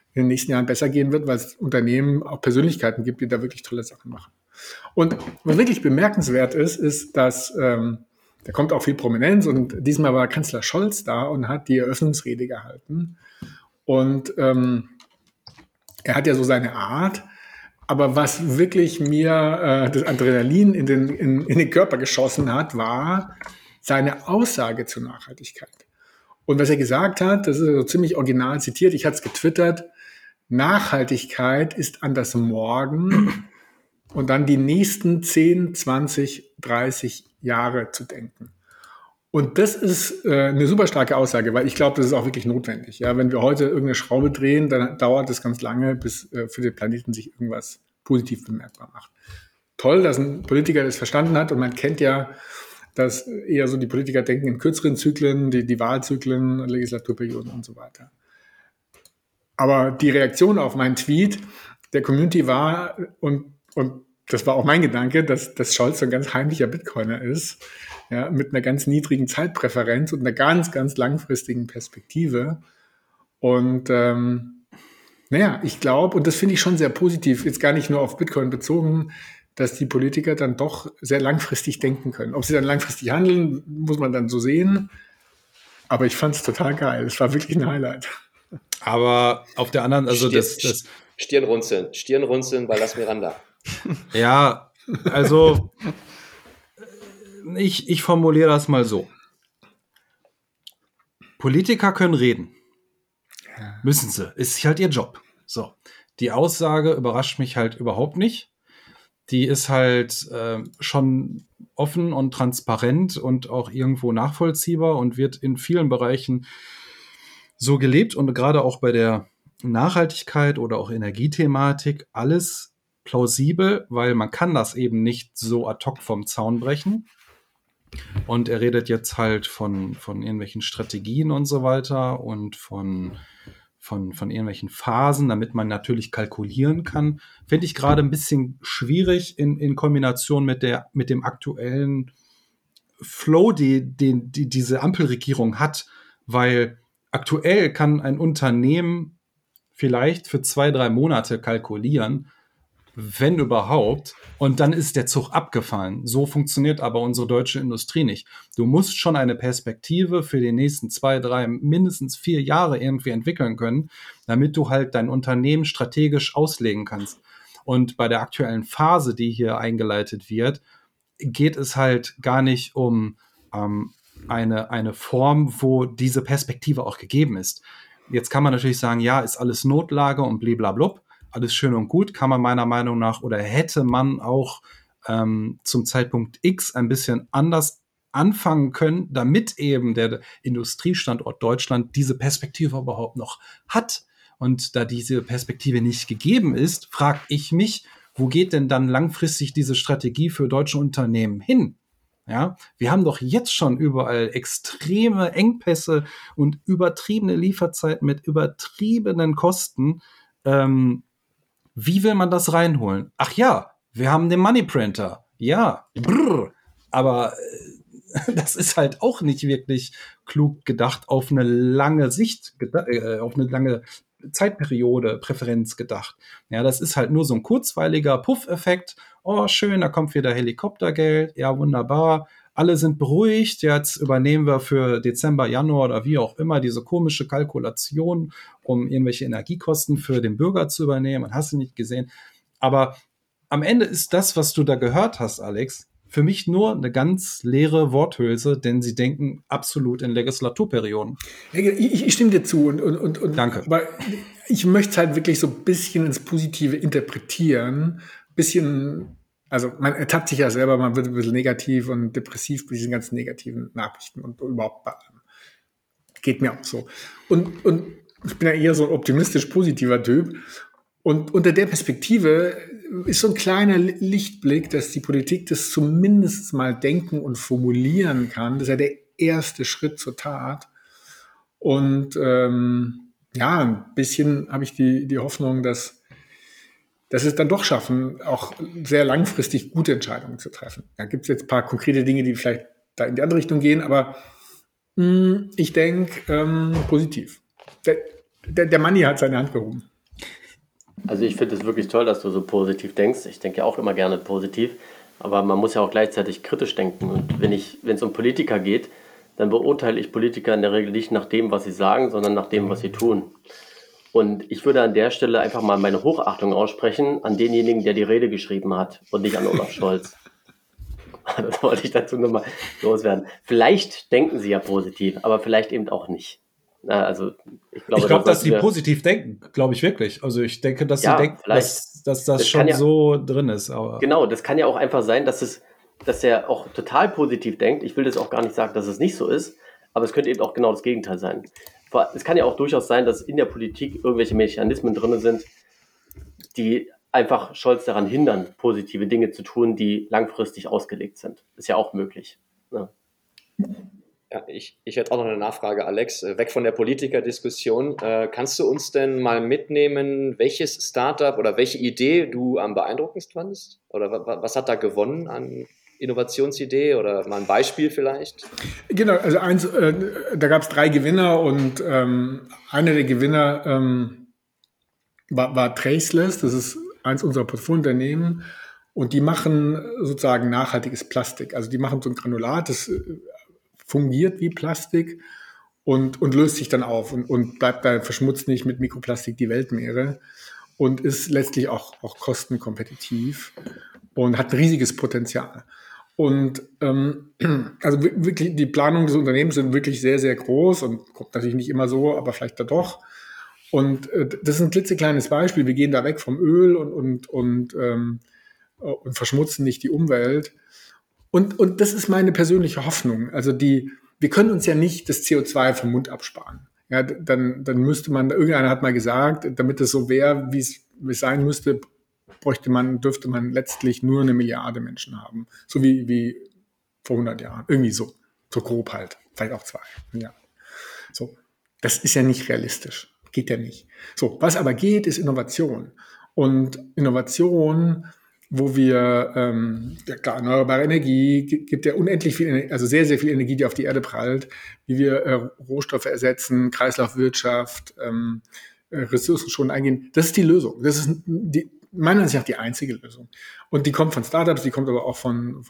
in den nächsten Jahren besser gehen wird, weil es Unternehmen auch Persönlichkeiten gibt, die da wirklich tolle Sachen machen. Und was wirklich bemerkenswert ist, dass da kommt auch viel Prominenz und diesmal war Kanzler Scholz da und hat die Eröffnungsrede gehalten. Und er hat ja so seine Art, aber was wirklich mir das Adrenalin in den Körper geschossen hat, war seine Aussage zur Nachhaltigkeit. Und was er gesagt hat, das ist so ziemlich original zitiert, ich hatte es getwittert, Nachhaltigkeit ist an das Morgen und dann die nächsten 10, 20, 30 Jahre zu denken. Und das ist eine super starke Aussage, weil ich glaube, das ist auch wirklich notwendig. Ja, wenn wir heute irgendeine Schraube drehen, dann dauert es ganz lange, bis für den Planeten sich irgendwas positiv bemerkbar macht. Toll, dass ein Politiker das verstanden hat und man kennt ja, dass eher so die Politiker denken in kürzeren Zyklen, die Wahlzyklen, Legislaturperioden und so weiter. Aber die Reaktion auf meinen Tweet der Community war, und das war auch mein Gedanke, dass Scholz so ein ganz heimlicher Bitcoiner ist, ja, mit einer ganz niedrigen Zeitpräferenz und einer ganz, ganz langfristigen Perspektive. Und ich glaube, und das finde ich schon sehr positiv, jetzt gar nicht nur auf Bitcoin bezogen, dass die Politiker dann doch sehr langfristig denken können. Ob sie dann langfristig handeln, muss man dann so sehen. Aber ich fand es total geil. Es war wirklich ein Highlight. Aber auf der anderen, also Stirnrunzeln bei Las Miranda. Ja, also ich formuliere das mal so. Politiker können reden. Müssen sie. Ist halt ihr Job. So. Die Aussage überrascht mich halt überhaupt nicht. Die ist halt schon offen und transparent und auch irgendwo nachvollziehbar und wird in vielen Bereichen so gelebt und gerade auch bei der Nachhaltigkeit oder auch Energiethematik alles plausibel, weil man kann das eben nicht so ad hoc vom Zaun brechen. Und er redet jetzt halt von irgendwelchen Strategien und so weiter und von irgendwelchen Phasen, damit man natürlich kalkulieren kann. Finde ich gerade ein bisschen schwierig in Kombination mit dem aktuellen Flow, den diese Ampelregierung hat, weil aktuell kann ein Unternehmen vielleicht für 2-3 Monate kalkulieren, wenn überhaupt, und dann ist der Zug abgefallen. So funktioniert aber unsere deutsche Industrie nicht. Du musst schon eine Perspektive für die nächsten 2, 3, mindestens 4 Jahre irgendwie entwickeln können, damit du halt dein Unternehmen strategisch auslegen kannst. Und bei der aktuellen Phase, die hier eingeleitet wird, geht es halt gar nicht um eine Form, wo diese Perspektive auch gegeben ist. Jetzt kann man natürlich sagen, ja, ist alles Notlage und bliblablub. Alles schön und gut, kann man meiner Meinung nach oder hätte man auch zum Zeitpunkt X ein bisschen anders anfangen können, damit eben der Industriestandort Deutschland diese Perspektive überhaupt noch hat. Und da diese Perspektive nicht gegeben ist, frage ich mich, wo geht denn dann langfristig diese Strategie für deutsche Unternehmen hin? Ja, wir haben doch jetzt schon überall extreme Engpässe und übertriebene Lieferzeiten mit übertriebenen Kosten. Wie will man das reinholen? Ach ja, wir haben den Money Printer. Ja, aber das ist halt auch nicht wirklich klug gedacht, auf eine lange Sicht, auf eine lange Zeitperiode, Präferenz gedacht. Ja, das ist halt nur so ein kurzweiliger Puff-Effekt. Oh, schön, da kommt wieder Helikoptergeld. Ja, wunderbar. Alle sind beruhigt. Jetzt übernehmen wir für Dezember, Januar oder wie auch immer diese komische Kalkulation, um irgendwelche Energiekosten für den Bürger zu übernehmen. Und hast du nicht gesehen. Aber am Ende ist das, was du da gehört hast, Alex, für mich nur eine ganz leere Worthülse, denn sie denken absolut in Legislaturperioden. Ich stimme dir zu. Und danke. Aber ich möchte es halt wirklich so ein bisschen ins Positive interpretieren. Ein bisschen, also man ertappt sich ja selber, man wird ein bisschen negativ und depressiv bei diesen ganzen negativen Nachrichten und überhaupt bei allem. Geht mir auch so. Und ich bin ja eher so ein optimistisch positiver Typ. Und unter der Perspektive ist so ein kleiner Lichtblick, dass die Politik das zumindest mal denken und formulieren kann. Das ist ja der erste Schritt zur Tat. Und ein bisschen habe ich die Hoffnung, dass es dann doch schaffen, auch sehr langfristig gute Entscheidungen zu treffen. Da gibt es jetzt ein paar konkrete Dinge, die vielleicht da in die andere Richtung gehen, aber ich denke positiv. Der Manni hat seine Hand gehoben. Also ich finde es wirklich toll, dass du so positiv denkst. Ich denke ja auch immer gerne positiv, aber man muss ja auch gleichzeitig kritisch denken. Und wenn es um Politiker geht, dann beurteile ich Politiker in der Regel nicht nach dem, was sie sagen, sondern nach dem, was sie tun. Und ich würde an der Stelle einfach mal meine Hochachtung aussprechen an denjenigen, der die Rede geschrieben hat und nicht an Olaf Scholz. Das wollte ich dazu nochmal loswerden. Vielleicht denken sie ja positiv, aber vielleicht eben auch nicht. Also ich glaube, dass sie positiv denken, glaube ich wirklich. Also ich denke, dass sie denken, dass das schon so drin ist. Aber genau, das kann ja auch einfach sein, dass er auch total positiv denkt. Ich will das auch gar nicht sagen, dass es nicht so ist, aber es könnte eben auch genau das Gegenteil sein. Es kann ja auch durchaus sein, dass in der Politik irgendwelche Mechanismen drin sind, die einfach Scholz daran hindern, positive Dinge zu tun, die langfristig ausgelegt sind. Ist ja auch möglich. Ja. Ja, ich hätte auch noch eine Nachfrage, Alex. Weg von der Politikerdiskussion. Kannst du uns denn mal mitnehmen, welches Startup oder welche Idee du am beeindruckendsten fandest? Oder was hat da gewonnen an Innovationsidee oder mal ein Beispiel vielleicht? Genau, also da gab es 3 Gewinner und einer der Gewinner war Traceless, das ist eins unserer Portfoliounternehmen und die machen sozusagen nachhaltiges Plastik. Also die machen so ein Granulat, das fungiert wie Plastik und löst sich dann auf und bleibt da, verschmutzt nicht mit Mikroplastik die Weltmeere und ist letztlich auch kostenkompetitiv und hat ein riesiges Potenzial. Und also wirklich, die Planungen des Unternehmens sind wirklich sehr, sehr groß und kommt natürlich nicht immer so, aber vielleicht da doch. Und das ist ein klitzekleines Beispiel. Wir gehen da weg vom Öl und verschmutzen nicht die Umwelt. Und das ist meine persönliche Hoffnung. Also wir können uns ja nicht das CO2 vom Mund absparen. Ja, dann müsste man, irgendeiner hat mal gesagt, damit es so wäre, wie es sein müsste, dürfte man letztlich nur 1 Milliarde Menschen haben. So wie vor 100 Jahren. Irgendwie so. So grob halt. Vielleicht auch 2 Milliarden. So. Das ist ja nicht realistisch. Geht ja nicht. So. Was aber geht, ist Innovation. Und Innovation, wo wir, ja klar, erneuerbare Energie, gibt ja unendlich viel Energie, also sehr, sehr viel Energie, die auf die Erde prallt, wie wir Rohstoffe ersetzen, Kreislaufwirtschaft, Ressourcen schon eingehen. Das ist die Lösung. Das ist meiner Ansicht nach die einzige Lösung. Und die kommt von Startups, die kommt aber auch von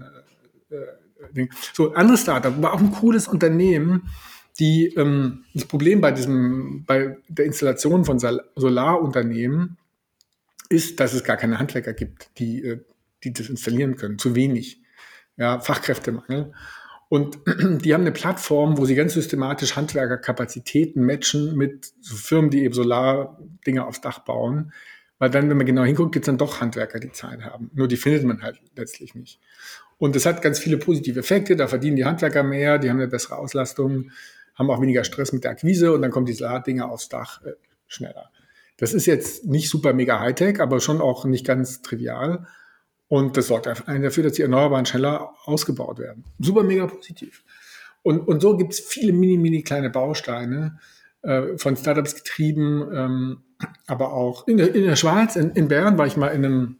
Dingen. So, anderes Startup war auch ein cooles Unternehmen, die das Problem bei der Installation von Solarunternehmen ist, dass es gar keine Handwerker gibt, die das installieren können. Zu wenig. Ja, Fachkräftemangel. Und die haben eine Plattform, wo sie ganz systematisch Handwerkerkapazitäten matchen mit so Firmen, die eben Solar-Dinge aufs Dach bauen. Weil dann, wenn man genau hinguckt, gibt es dann doch Handwerker, die Zeit haben. Nur die findet man halt letztlich nicht. Und das hat ganz viele positive Effekte. Da verdienen die Handwerker mehr, die haben eine bessere Auslastung, haben auch weniger Stress mit der Akquise und dann kommen die Solar-Dinge aufs Dach schneller. Das ist jetzt nicht super mega Hightech, aber schon auch nicht ganz trivial. Und das sorgt einfach dafür, dass die Erneuerbaren schneller ausgebaut werden. Super mega positiv. Und so gibt es viele mini kleine Bausteine, von Startups getrieben, aber auch in der Schweiz, in Bern war ich mal in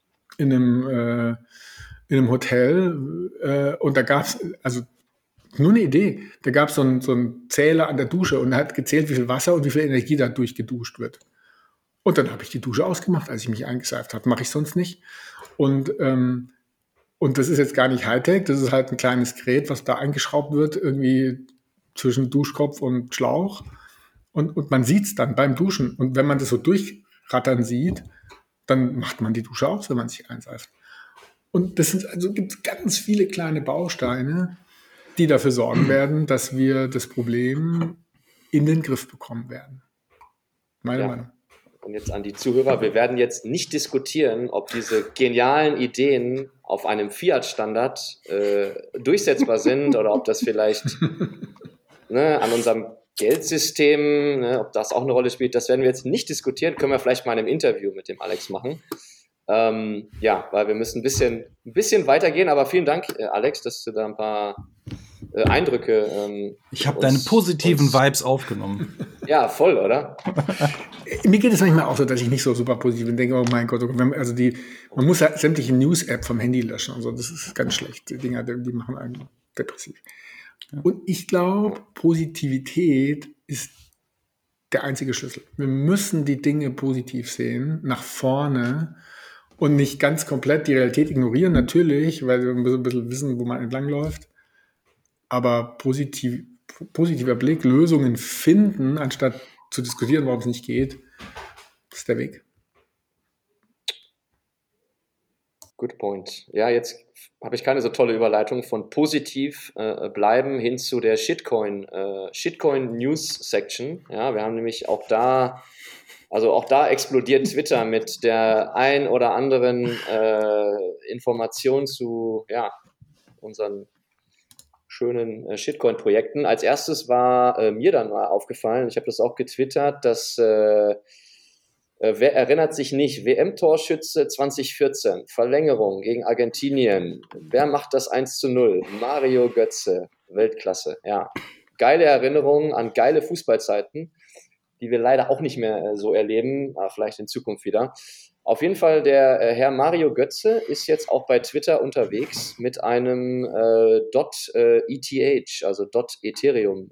einem Hotel und da gab es, also nur eine Idee, da gab es so einen Zähler an der Dusche und er hat gezählt, wie viel Wasser und wie viel Energie dadurch geduscht wird. Und dann habe ich die Dusche ausgemacht, als ich mich eingeseift habe. Mache ich sonst nicht. Und das ist jetzt gar nicht Hightech, das ist halt ein kleines Gerät, was da eingeschraubt wird, irgendwie zwischen Duschkopf und Schlauch. Und man sieht es dann beim Duschen. Und wenn man das so durchrattern sieht, dann macht man die Dusche aus, wenn man sich einseift. Und gibt es ganz viele kleine Bausteine, die dafür sorgen werden, dass wir das Problem in den Griff bekommen werden. Meine Meinung. Und jetzt an die Zuhörer, wir werden jetzt nicht diskutieren, ob diese genialen Ideen auf einem Fiat-Standard durchsetzbar sind oder ob das vielleicht an unserem Geldsystem, ob das auch eine Rolle spielt. Das werden wir jetzt nicht diskutieren, können wir vielleicht mal in einem Interview mit dem Alex machen. Weil wir müssen ein bisschen weitergehen, aber vielen Dank, Alex, dass du da ein paar Eindrücke. Ich habe deine positiven Vibes aufgenommen. Ja, voll, oder? Mir geht es manchmal auch so, dass ich nicht so super positiv bin. Denke, oh mein Gott, man muss ja sämtliche News-App vom Handy löschen und so. Das ist ganz schlecht. Die Dinger, die machen einen depressiv. Ja. Und ich glaube, Positivität ist der einzige Schlüssel. Wir müssen die Dinge positiv sehen, nach vorne und nicht ganz komplett die Realität ignorieren, natürlich, weil wir ein bisschen wissen, wo man entlangläuft. Aber positiver Blick, Lösungen finden, anstatt zu diskutieren, warum es nicht geht, ist der Weg. Good point. Ja, jetzt habe ich keine so tolle Überleitung von positiv bleiben hin zu der Shitcoin News Section. Ja, wir haben nämlich auch da explodiert Twitter mit der ein oder anderen Information zu unseren schönen Shitcoin-Projekten. Als erstes war mir dann mal aufgefallen, ich habe das auch getwittert, dass wer erinnert sich nicht, WM-Torschütze 2014, Verlängerung gegen Argentinien. Wer macht das 1:0? Mario Götze, Weltklasse. Ja, geile Erinnerungen an geile Fußballzeiten, die wir leider auch nicht mehr so erleben, vielleicht in Zukunft wieder. Auf jeden Fall, der Herr Mario Götze ist jetzt auch bei Twitter unterwegs mit einem .eth, also .ethereum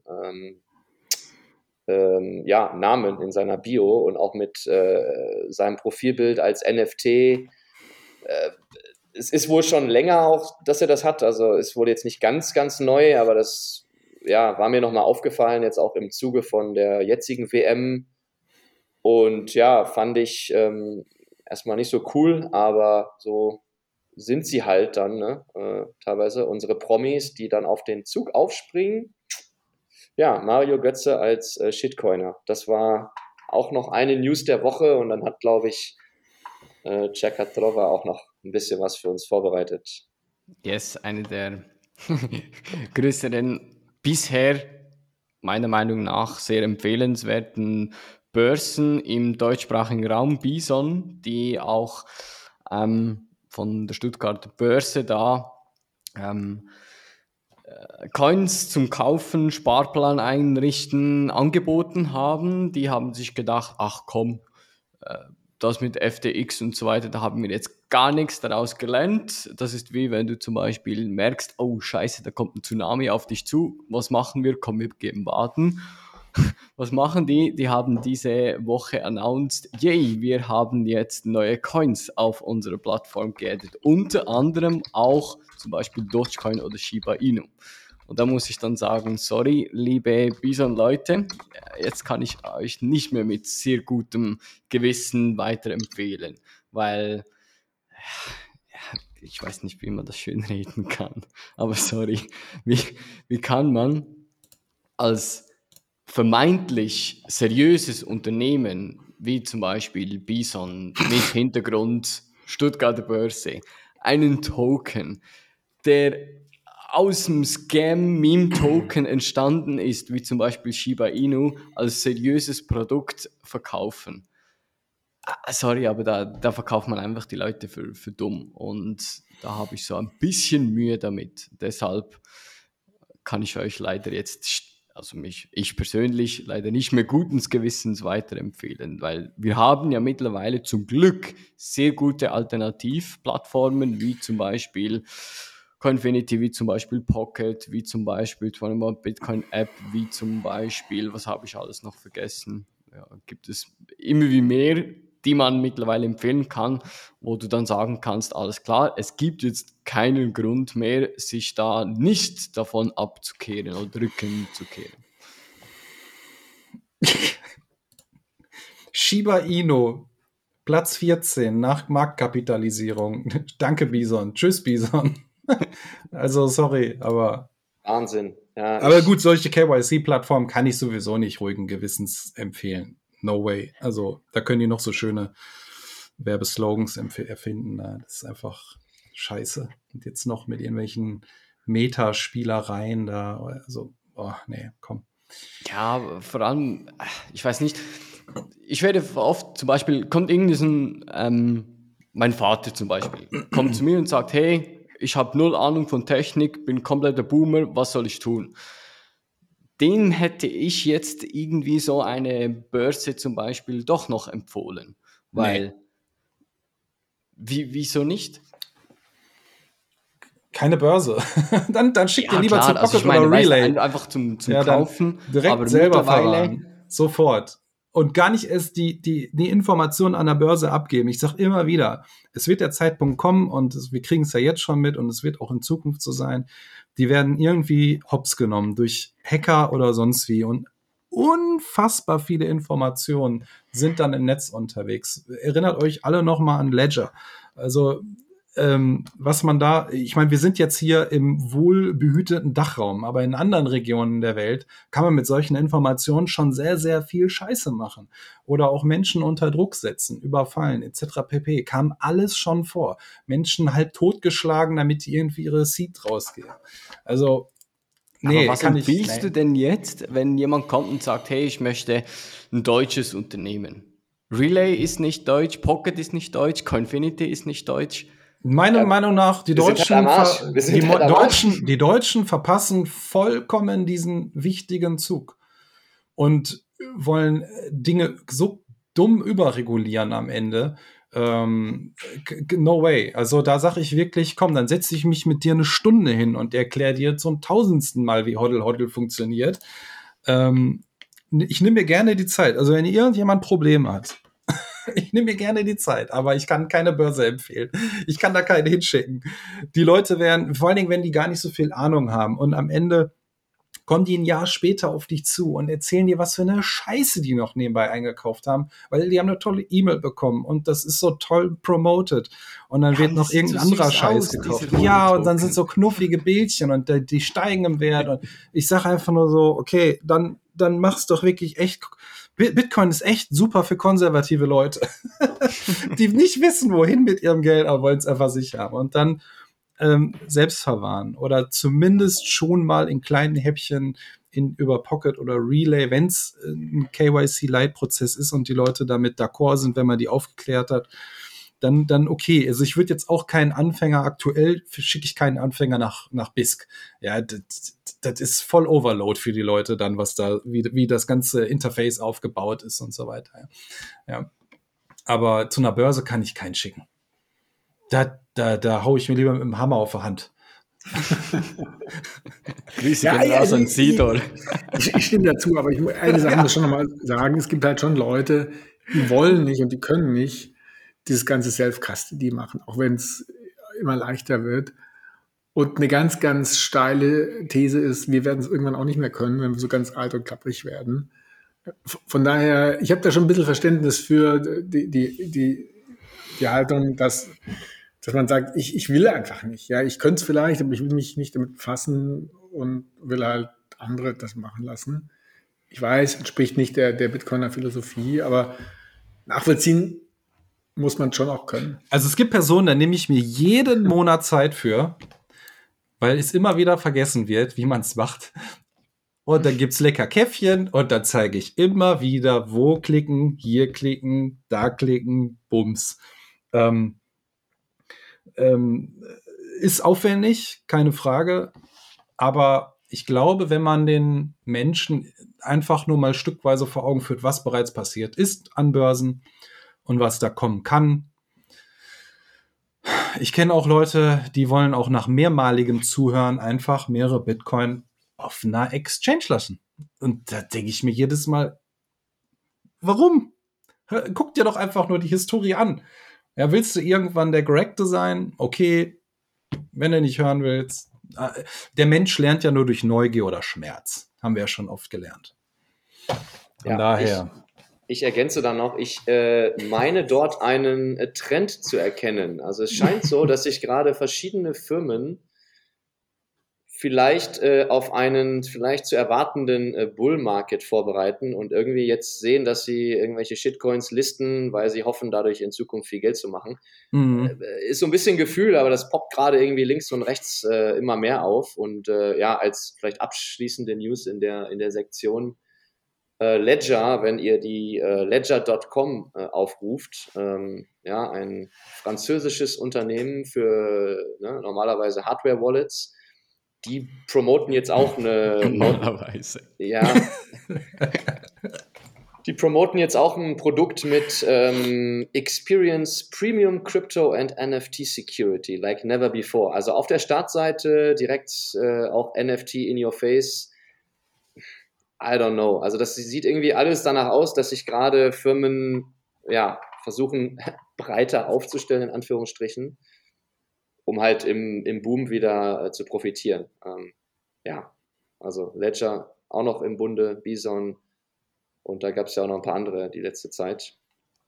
Namen in seiner Bio und auch mit seinem Profilbild als NFT. Es ist wohl schon länger auch, dass er das hat. Also es wurde jetzt nicht ganz, ganz neu, aber das war mir nochmal aufgefallen, jetzt auch im Zuge von der jetzigen WM. Und ja, fand ich erstmal nicht so cool, aber so sind sie halt dann, ne? Teilweise unsere Promis, die dann auf den Zug aufspringen. Ja, Mario Götze als Shitcoiner. Das war auch noch eine News der Woche und dann hat, glaube ich, Čekatrova auch noch ein bisschen was für uns vorbereitet. Yes, eine der größeren, bisher meiner Meinung nach sehr empfehlenswerten Börsen im deutschsprachigen Raum, Bison, die auch von der Stuttgarter Börse da Coins zum Kaufen, Sparplan einrichten, angeboten haben. Die haben sich gedacht, ach komm, das mit FTX und so weiter, da haben wir jetzt gar nichts daraus gelernt. Das ist wie wenn du zum Beispiel merkst, oh scheiße, da kommt ein Tsunami auf dich zu. Was machen wir? Komm, wir gehen baden. Was machen die? Die haben diese Woche announced, yay, wir haben jetzt neue Coins auf unserer Plattform geaddet. Unter anderem auch zum Beispiel Dogecoin oder Shiba Inu. Und da muss ich dann sagen, sorry, liebe Bison-Leute, jetzt kann ich euch nicht mehr mit sehr gutem Gewissen weiterempfehlen, weil ich weiß nicht, wie man das schön reden kann. Aber sorry, wie kann man als vermeintlich seriöses Unternehmen, wie zum Beispiel Bison mit Hintergrund Stuttgarter Börse, einen Token, der aus dem Scam-Meme-Token entstanden ist, wie zum Beispiel Shiba Inu, als seriöses Produkt verkaufen. Sorry, aber da verkauft man einfach die Leute für dumm. Und da habe ich so ein bisschen Mühe damit. Deshalb kann ich euch leider jetzt, also ich persönlich leider nicht mehr guten Gewissens weiterempfehlen, weil wir haben ja mittlerweile zum Glück sehr gute Alternativplattformen, wie zum Beispiel Coinfinity, wie zum Beispiel Pocket, wie zum Beispiel 21 Bitcoin App, wie zum Beispiel, was habe ich alles noch vergessen? Ja, gibt es immer wie mehr, die man mittlerweile empfehlen kann, wo du dann sagen kannst, alles klar, es gibt jetzt keinen Grund mehr, sich da nicht davon abzukehren oder Rücken zu kehren. Shiba Inu, Platz 14 nach Marktkapitalisierung. Danke, Bison. Tschüss, Bison. Also, sorry, aber... Wahnsinn. Ja, aber gut, solche KYC-Plattformen kann ich sowieso nicht ruhigen Gewissens empfehlen. No way. Also, da können die noch so schöne Werbeslogans erfinden. Das ist einfach scheiße. Und jetzt noch mit irgendwelchen Metaspielereien da. Also, nee, komm. Ja, vor allem, ich weiß nicht, ich werde oft zum Beispiel, kommt irgendein, mein Vater zum Beispiel, kommt zu mir und sagt, hey, ich habe 0 Ahnung von Technik, bin kompletter Boomer, was soll ich tun? Dem hätte ich jetzt irgendwie so eine Börse zum Beispiel doch noch empfohlen, weil, wieso nicht? Keine Börse. dann schickt ihr lieber klar, zu Pocket also ich meine, oder Relay. Einfach zum Kaufen. Direkt aber selber mittlerweile verraten. Sofort. und gar nicht erst die Informationen an der Börse abgeben. Ich sage immer wieder, es wird der Zeitpunkt kommen und wir kriegen es ja jetzt schon mit und es wird auch in Zukunft so sein, die werden irgendwie hops genommen durch Hacker oder sonst wie und unfassbar viele Informationen sind dann im Netz unterwegs. Erinnert euch alle noch mal an Ledger. Also was man da, ich meine, wir sind jetzt hier im wohlbehüteten Dachraum, aber in anderen Regionen der Welt kann man mit solchen Informationen schon sehr, sehr viel Scheiße machen oder auch Menschen unter Druck setzen, überfallen etc. pp. Kam alles schon vor. Menschen halb totgeschlagen, damit die irgendwie ihre Seed rausgehen. Also nee, aber was empfiehlst du denn jetzt, wenn jemand kommt und sagt, hey, ich möchte ein deutsches Unternehmen? Relay ist nicht deutsch, Pocket ist nicht deutsch, Coinfinity ist nicht deutsch. Meiner Meinung nach, die Deutschen verpassen vollkommen diesen wichtigen Zug und wollen Dinge so dumm überregulieren am Ende. No way. Also da sage ich wirklich, komm, dann setze ich mich mit dir eine Stunde hin und erkläre dir zum 1000. Mal, wie Hodl funktioniert. Ich nehme mir gerne die Zeit. Also wenn irgendjemand Probleme hat, ich nehme mir gerne die Zeit, aber ich kann keine Börse empfehlen. Ich kann da keine hinschicken. Die Leute werden, vor allen Dingen, wenn die gar nicht so viel Ahnung haben und am Ende kommen die ein Jahr später auf dich zu und erzählen dir, was für eine Scheiße die noch nebenbei eingekauft haben, weil die haben eine tolle E-Mail bekommen und das ist so toll promoted und dann wird noch irgendein anderer Scheiß gekauft. Ja, und dann sind so knuffige Bildchen und die steigen im Wert und ich sage einfach nur so, okay, dann mach's doch wirklich echt. Bitcoin ist echt super für konservative Leute, die nicht wissen, wohin mit ihrem Geld, aber wollen es einfach sicher haben. Und dann selbst verwahren oder zumindest schon mal in kleinen Häppchen über Pocket oder Relay, wenn es ein KYC-Light-Prozess ist und die Leute damit d'accord sind, wenn man die aufgeklärt hat, dann okay. Also ich würde jetzt auch keinen Anfänger, aktuell schicke ich keinen Anfänger nach BISC. Ja, das ist voll Overload für die Leute dann, was da, wie das ganze Interface aufgebaut ist und so weiter. Ja. Aber zu einer Börse kann ich keinen schicken. Da hau ich mir lieber mit dem Hammer auf die Hand. Grüße also an Sidor. Ich stimme dazu, aber eine Sache muss ich schon nochmal sagen, es gibt halt schon Leute, die wollen nicht und die können nicht dieses ganze Self-Custody machen, auch wenn es immer leichter wird. Und eine ganz, ganz steile These ist, wir werden es irgendwann auch nicht mehr können, wenn wir so ganz alt und klapprig werden. Von daher, ich habe da schon ein bisschen Verständnis für die Haltung, dass man sagt, ich will einfach nicht. Ja, ich könnte es vielleicht, aber ich will mich nicht damit befassen und will halt andere das machen lassen. Ich weiß, entspricht nicht der Bitcoiner Philosophie, aber nachvollziehen muss man schon auch können. Also es gibt Personen, da nehme ich mir jeden Monat Zeit für, weil es immer wieder vergessen wird, wie man es macht. Und dann gibt's lecker Käffchen und dann zeige ich immer wieder, wo klicken, hier klicken, da klicken, bums. Ist aufwendig, keine Frage, aber ich glaube, wenn man den Menschen einfach nur mal stückweise vor Augen führt, was bereits passiert ist an Börsen und was da kommen kann. Ich kenne auch Leute, die wollen auch nach mehrmaligem Zuhören einfach mehrere Bitcoin auf einer Exchange lassen. Und da denke ich mir jedes Mal, warum? Guck dir doch einfach nur die Historie an. Ja, willst du irgendwann der Gerechte sein? Okay, wenn du nicht hören willst. Der Mensch lernt ja nur durch Neugier oder Schmerz. Haben wir ja schon oft gelernt. Von daher. Ich ergänze dann noch, ich meine dort einen Trend zu erkennen. Also es scheint so, dass sich gerade verschiedene Firmen vielleicht auf einen vielleicht zu erwartenden Bull-Market vorbereiten und irgendwie jetzt sehen, dass sie irgendwelche Shitcoins listen, weil sie hoffen, dadurch in Zukunft viel Geld zu machen. Ist so ein bisschen Gefühl, aber das poppt gerade irgendwie links und rechts immer mehr auf. Und als vielleicht abschließende News in der Sektion Ledger, wenn ihr die ledger.com aufruft, ein französisches Unternehmen für normalerweise Hardware-Wallets, die promoten jetzt auch normalerweise. Ja. Die promoten jetzt auch ein Produkt mit Experience Premium Crypto and NFT Security, like never before. Also auf der Startseite direkt auch NFT in your face. I don't know. Also das sieht irgendwie alles danach aus, dass sich gerade Firmen versuchen, breiter aufzustellen, in Anführungsstrichen, um halt im Boom wieder zu profitieren. Also Ledger auch noch im Bunde, Bison, und da gab es ja auch noch ein paar andere die letzte Zeit.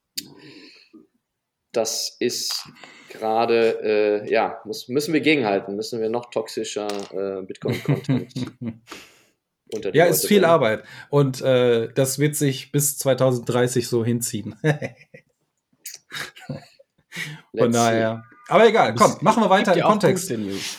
Das ist gerade, müssen wir gegenhalten, müssen wir noch toxischer Bitcoin-Content unter die Ja, Leute ist viel bringen. Arbeit. Und das wird sich bis 2030 so hinziehen. Von daher. Aber egal, komm, machen wir weiter im Kontext.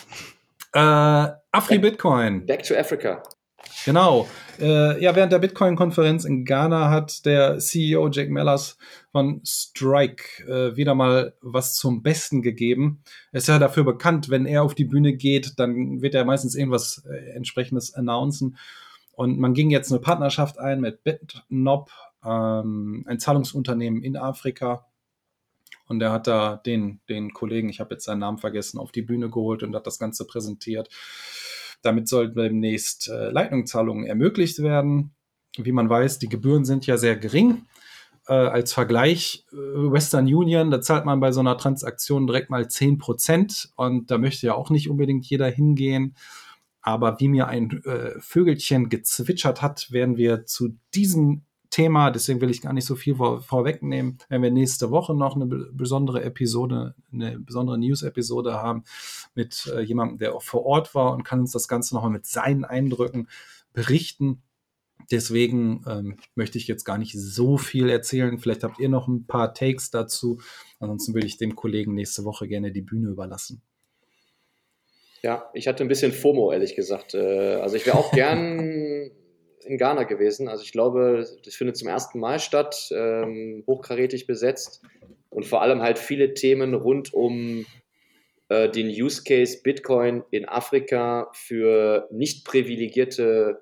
Afri-Bitcoin. Back to Africa. Genau. Während der Bitcoin-Konferenz in Ghana hat der CEO Jack Mellers von Strike wieder mal was zum Besten gegeben. Er ist ja dafür bekannt, wenn er auf die Bühne geht, dann wird er meistens irgendwas entsprechendes announcen. Und man ging jetzt eine Partnerschaft ein mit BitNob, ein Zahlungsunternehmen in Afrika. Und er hat da den Kollegen, ich habe jetzt seinen Namen vergessen, auf die Bühne geholt und hat das Ganze präsentiert. Damit sollten demnächst Lightning-Zahlungen ermöglicht werden. Wie man weiß, die Gebühren sind ja sehr gering. Als Vergleich, Western Union, da zahlt man bei so einer Transaktion direkt mal 10%. Und da möchte ja auch nicht unbedingt jeder hingehen. Aber wie mir ein Vögelchen gezwitschert hat, werden wir zu diesem Thema, deswegen will ich gar nicht so viel vorwegnehmen, wenn wir nächste Woche noch eine besondere News-Episode haben mit jemandem, der auch vor Ort war und kann uns das Ganze nochmal mit seinen Eindrücken berichten. Deswegen möchte ich jetzt gar nicht so viel erzählen. Vielleicht habt ihr noch ein paar Takes dazu. Ansonsten würde ich dem Kollegen nächste Woche gerne die Bühne überlassen. Ja, ich hatte ein bisschen FOMO, ehrlich gesagt. Also ich wäre auch gern in Ghana gewesen. Also ich glaube, das findet zum ersten Mal statt, hochkarätig besetzt und vor allem halt viele Themen rund um den Use Case Bitcoin in Afrika für nicht privilegierte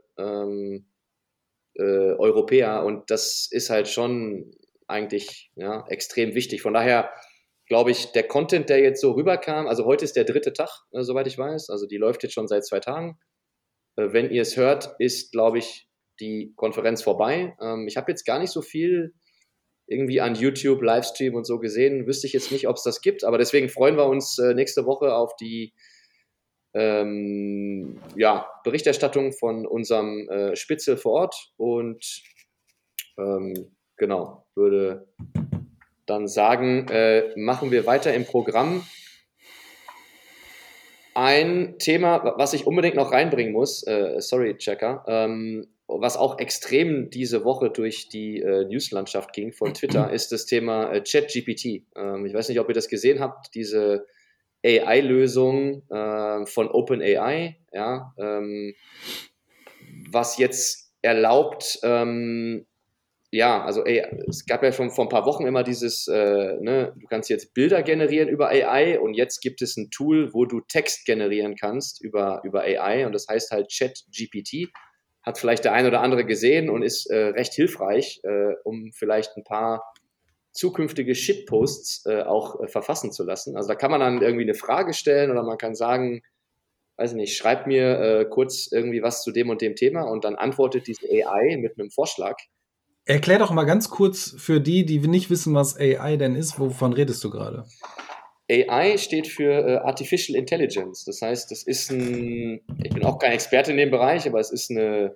Europäer, und das ist halt schon eigentlich extrem wichtig. Von daher glaube ich, der Content, der jetzt so rüberkam, also heute ist der 3. Tag, soweit ich weiß, also die läuft jetzt schon seit 2 Tagen. Wenn ihr es hört, ist, glaube ich, die Konferenz vorbei. Ich habe jetzt gar nicht so viel irgendwie an YouTube, Livestream und so gesehen. Wüsste ich jetzt nicht, ob es das gibt, aber deswegen freuen wir uns nächste Woche auf die Berichterstattung von unserem Spitzel vor Ort und würde dann sagen, machen wir weiter im Programm. Ein Thema, was ich unbedingt noch reinbringen muss, Checker, was auch extrem diese Woche durch die Newslandschaft ging von Twitter, ist das Thema ChatGPT. Ich weiß nicht, ob ihr das gesehen habt, diese AI-Lösung von OpenAI, was jetzt erlaubt, es gab ja schon vor ein paar Wochen immer dieses, du kannst jetzt Bilder generieren über AI, und jetzt gibt es ein Tool, wo du Text generieren kannst über AI, und das heißt halt ChatGPT. Hat vielleicht der ein oder andere gesehen und ist recht hilfreich, um vielleicht ein paar zukünftige Shitposts auch verfassen zu lassen. Also da kann man dann irgendwie eine Frage stellen oder man kann sagen, weiß ich nicht, schreib mir kurz irgendwie was zu dem und dem Thema, und dann antwortet diese AI mit einem Vorschlag. Erklär doch mal ganz kurz für die nicht wissen, was AI denn ist, wovon redest du gerade? AI steht für Artificial Intelligence. Das heißt, ich bin auch kein Experte in dem Bereich, aber es ist eine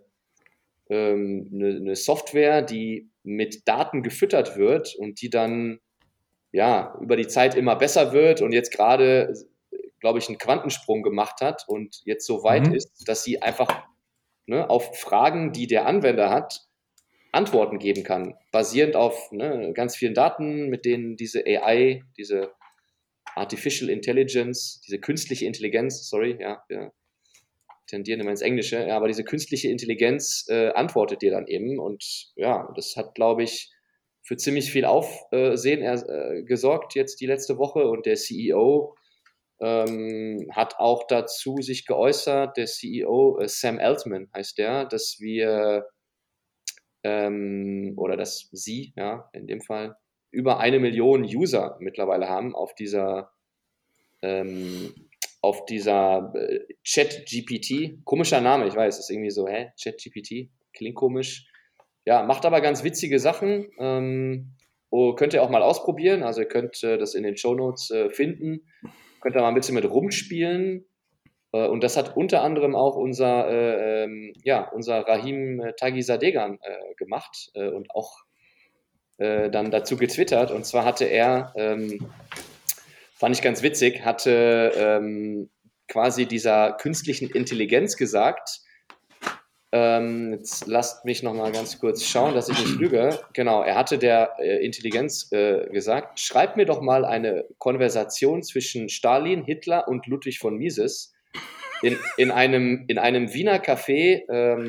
Software, die mit Daten gefüttert wird und die dann über die Zeit immer besser wird und jetzt gerade, glaube ich, einen Quantensprung gemacht hat und jetzt so weit ist, dass sie einfach auf Fragen, die der Anwender hat, Antworten geben kann, basierend auf ganz vielen Daten, mit denen diese AI, diese Artificial Intelligence, diese künstliche Intelligenz, wir tendieren immer ins Englische, aber diese künstliche Intelligenz antwortet dir dann eben, und das hat, glaube ich, für ziemlich viel Aufsehen gesorgt jetzt die letzte Woche, und der CEO hat auch dazu sich geäußert, der CEO Sam Altman heißt der, dass wir oder dass sie, in dem Fall, über 1 Million User mittlerweile haben auf dieser ChatGPT. Komischer Name, ich weiß, ist irgendwie so, ChatGPT. klingt komisch. Ja, macht aber ganz witzige Sachen. Könnt ihr auch mal ausprobieren. Also ihr könnt das in den Shownotes finden. Könnt ihr mal ein bisschen mit rumspielen. Und das hat unter anderem auch unser Rahim Tagisadegan gemacht und auch dann dazu getwittert. Und zwar hatte er, fand ich ganz witzig, hatte quasi dieser künstlichen Intelligenz gesagt, jetzt lasst mich noch mal ganz kurz schauen, dass ich nicht lüge. Genau, er hatte der Intelligenz gesagt, schreib mir doch mal eine Konversation zwischen Stalin, Hitler und Ludwig von Mises in einem Wiener Café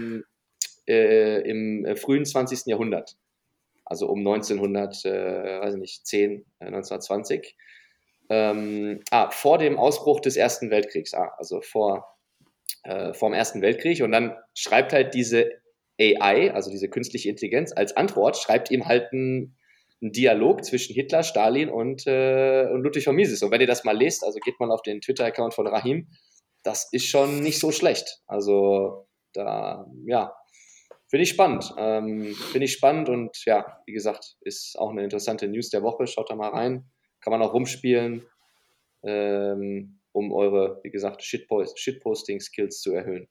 im frühen 20. Jahrhundert. Also um 1910, 1920. Vor dem Ausbruch des Ersten Weltkriegs. Also vor dem Ersten Weltkrieg. Und dann schreibt halt diese AI, also diese künstliche Intelligenz, als Antwort, schreibt ihm halt einen Dialog zwischen Hitler, Stalin und Ludwig von Mises. Und wenn ihr das mal lest, also geht mal auf den Twitter-Account von Rahim, das ist schon nicht so schlecht. Also da, ja, finde ich spannend. Und ja, wie gesagt, ist auch eine interessante News der Woche. Schaut da mal rein. Kann man auch rumspielen, um eure, wie gesagt, Shitposting-Skills zu erhöhen.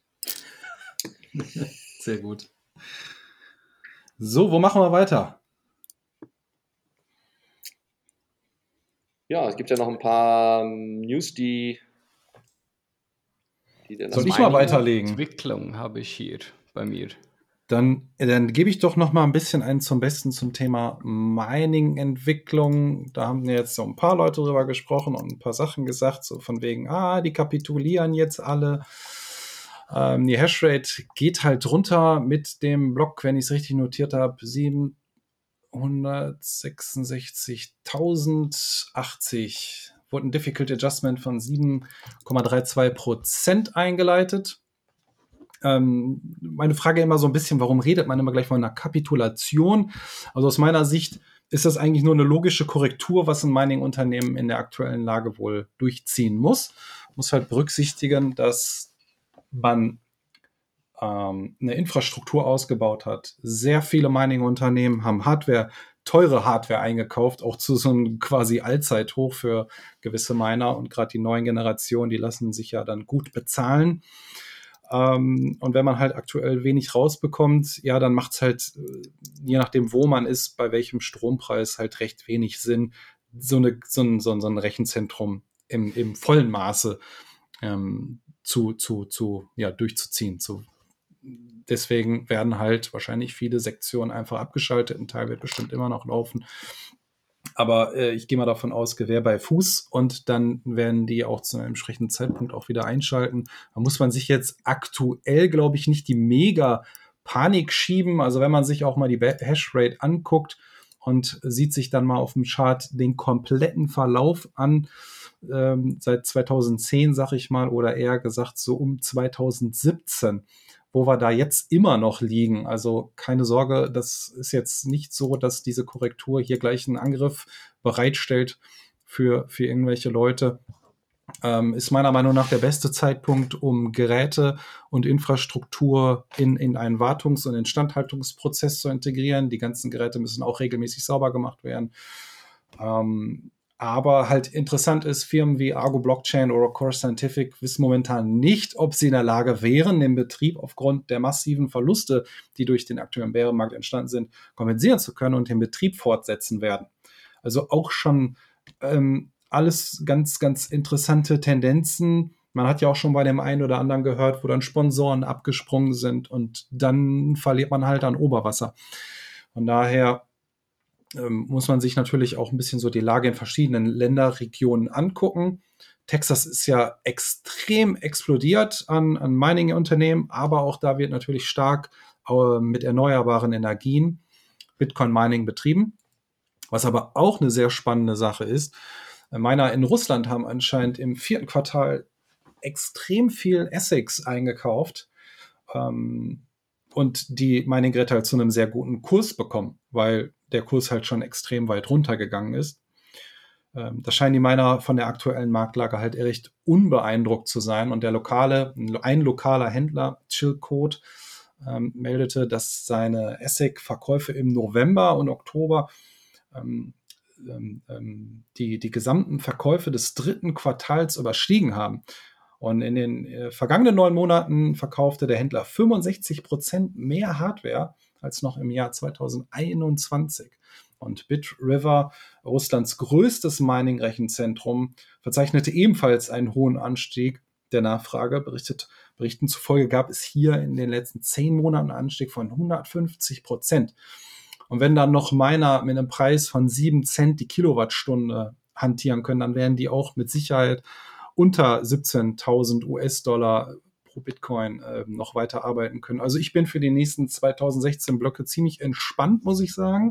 Sehr gut. So, wo machen wir weiter? Ja, es gibt ja noch ein paar News, die Soll ich mal weiterlegen? Entwicklung habe ich hier bei mir. Dann gebe ich doch noch mal ein bisschen einen zum Besten zum Thema Mining-Entwicklung. Da haben jetzt so ein paar Leute drüber gesprochen und ein paar Sachen gesagt, so von wegen, die kapitulieren jetzt alle. Die Hashrate geht halt runter mit dem Block, wenn ich es richtig notiert habe, 766.080. Wurde ein Difficult Adjustment von 7,32% eingeleitet. Meine Frage immer so ein bisschen, warum redet man immer gleich von einer Kapitulation? Also aus meiner Sicht ist das eigentlich nur eine logische Korrektur, was ein Mining-Unternehmen in der aktuellen Lage wohl durchziehen muss. Muss halt berücksichtigen, dass man eine Infrastruktur ausgebaut hat. Sehr viele Mining-Unternehmen haben teure Hardware eingekauft, auch zu so einem quasi Allzeithoch für gewisse Miner. Und gerade die neuen Generationen, die lassen sich ja dann gut bezahlen. Und wenn man halt aktuell wenig rausbekommt, ja, dann macht es halt, je nachdem, wo man ist, bei welchem Strompreis, halt recht wenig Sinn, so ein Rechenzentrum im vollen Maße durchzuziehen. Deswegen werden halt wahrscheinlich viele Sektionen einfach abgeschaltet. Ein Teil wird bestimmt immer noch laufen. Aber ich gehe mal davon aus, Gewehr bei Fuß, und dann werden die auch zu einem entsprechenden Zeitpunkt auch wieder einschalten. Da muss man sich jetzt aktuell, glaube ich, nicht die mega Panik schieben. Also wenn man sich auch mal die Hashrate anguckt und sieht sich dann mal auf dem Chart den kompletten Verlauf an, seit 2010, sag ich mal, oder eher gesagt so um 2017, wo wir da jetzt immer noch liegen. Also keine Sorge, das ist jetzt nicht so, dass diese Korrektur hier gleich einen Angriff bereitstellt für irgendwelche Leute. Ist meiner Meinung nach der beste Zeitpunkt, um Geräte und Infrastruktur in einen Wartungs- und Instandhaltungsprozess zu integrieren. Die ganzen Geräte müssen auch regelmäßig sauber gemacht werden. Aber halt interessant ist, Firmen wie Argo Blockchain oder Core Scientific wissen momentan nicht, ob sie in der Lage wären, den Betrieb aufgrund der massiven Verluste, die durch den aktuellen Bärenmarkt entstanden sind, kompensieren zu können und den Betrieb fortsetzen werden. Also auch schon alles ganz, ganz interessante Tendenzen. Man hat ja auch schon bei dem einen oder anderen gehört, wo dann Sponsoren abgesprungen sind, und dann verliert man halt an Oberwasser. Von daher muss man sich natürlich auch ein bisschen so die Lage in verschiedenen Länderregionen angucken. Texas ist ja extrem explodiert an Mining-Unternehmen, aber auch da wird natürlich stark mit erneuerbaren Energien Bitcoin-Mining betrieben. Was aber auch eine sehr spannende Sache ist, Miner in Russland haben anscheinend im 4. Quartal extrem viel ASICs eingekauft und die Mining-Geräte halt zu einem sehr guten Kurs bekommen, weil der Kurs halt schon extrem weit runtergegangen ist. Da scheinen die Miner von der aktuellen Marktlage halt recht unbeeindruckt zu sein. Und ein lokaler Händler, Chillcode, meldete, dass seine ASIC-Verkäufe im November und Oktober die gesamten Verkäufe des dritten Quartals überstiegen haben. Und in den vergangenen 9 Monaten verkaufte der Händler 65% mehr Hardware als noch im Jahr 2021. Und BitRiver, Russlands größtes Mining-Rechenzentrum, verzeichnete ebenfalls einen hohen Anstieg der Nachfrage. Berichten zufolge gab es hier in den letzten 10 Monaten einen Anstieg von 150%. Und wenn dann noch Miner mit einem Preis von 7 Cent die Kilowattstunde hantieren können, dann werden die auch mit Sicherheit unter 17.000 US-Dollar pro Bitcoin noch weiter arbeiten können. Also ich bin für die nächsten 2016 Blöcke ziemlich entspannt, muss ich sagen.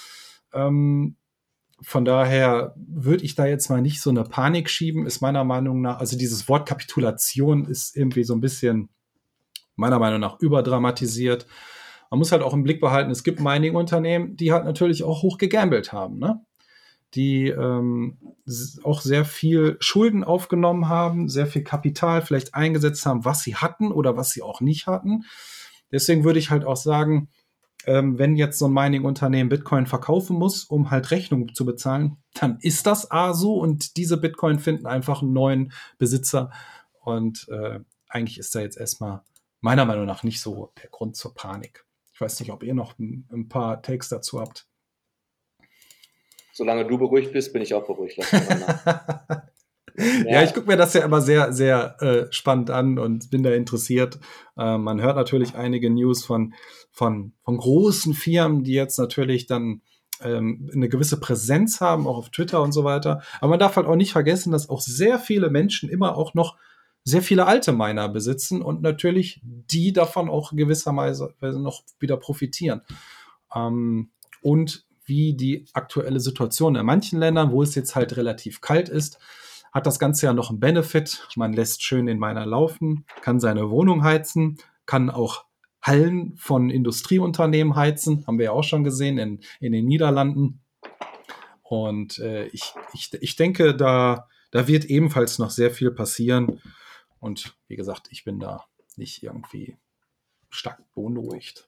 Von daher würde ich da jetzt mal nicht so eine Panik schieben, ist meiner Meinung nach, also dieses Wort Kapitulation ist irgendwie so ein bisschen meiner Meinung nach überdramatisiert. Man muss halt auch im Blick behalten, es gibt Mining-Unternehmen, die halt natürlich auch hoch gegambelt haben, ne? Die auch sehr viel Schulden aufgenommen haben, sehr viel Kapital vielleicht eingesetzt haben, was sie hatten oder was sie auch nicht hatten. Deswegen würde ich halt auch sagen, wenn jetzt so ein Mining-Unternehmen Bitcoin verkaufen muss, um halt Rechnungen zu bezahlen, dann ist das so und diese Bitcoin finden einfach einen neuen Besitzer und eigentlich ist da jetzt erstmal meiner Meinung nach nicht so der Grund zur Panik. Ich weiß nicht, ob ihr noch ein paar Takes dazu habt. Solange du beruhigt bist, bin ich auch beruhigt. Ja, ich gucke mir das ja immer sehr, sehr spannend an und bin da interessiert. Man hört natürlich einige News von großen Firmen, die jetzt natürlich dann eine gewisse Präsenz haben, auch auf Twitter und so weiter. Aber man darf halt auch nicht vergessen, dass auch sehr viele Menschen immer auch noch sehr viele alte Miner besitzen und natürlich die davon auch gewisserweise noch wieder profitieren. Und wie die aktuelle Situation in manchen Ländern, wo es jetzt halt relativ kalt ist, hat das Ganze ja noch einen Benefit. Man lässt schön den Miner laufen, kann seine Wohnung heizen, kann auch Hallen von Industrieunternehmen heizen, haben wir ja auch schon gesehen in den Niederlanden. Und ich denke, da wird ebenfalls noch sehr viel passieren. Und wie gesagt, ich bin da nicht irgendwie stark beunruhigt.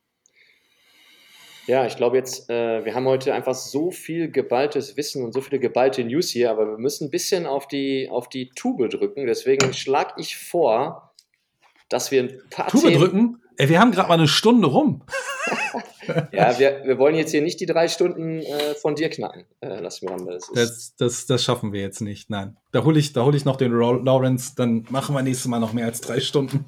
Ja, ich glaube jetzt, wir haben heute einfach so viel geballtes Wissen und so viele geballte News hier, aber wir müssen ein bisschen auf die Tube drücken. Deswegen schlage ich vor, dass wir ein paar Tube drücken? Ey, wir haben gerade mal eine Stunde rum. Ja, wir wollen jetzt hier nicht die 3 Stunden von dir knacken, lass Miranda. Das schaffen wir jetzt nicht, nein. Da hol ich noch den Lawrence, dann machen wir nächstes Mal noch mehr als 3 Stunden.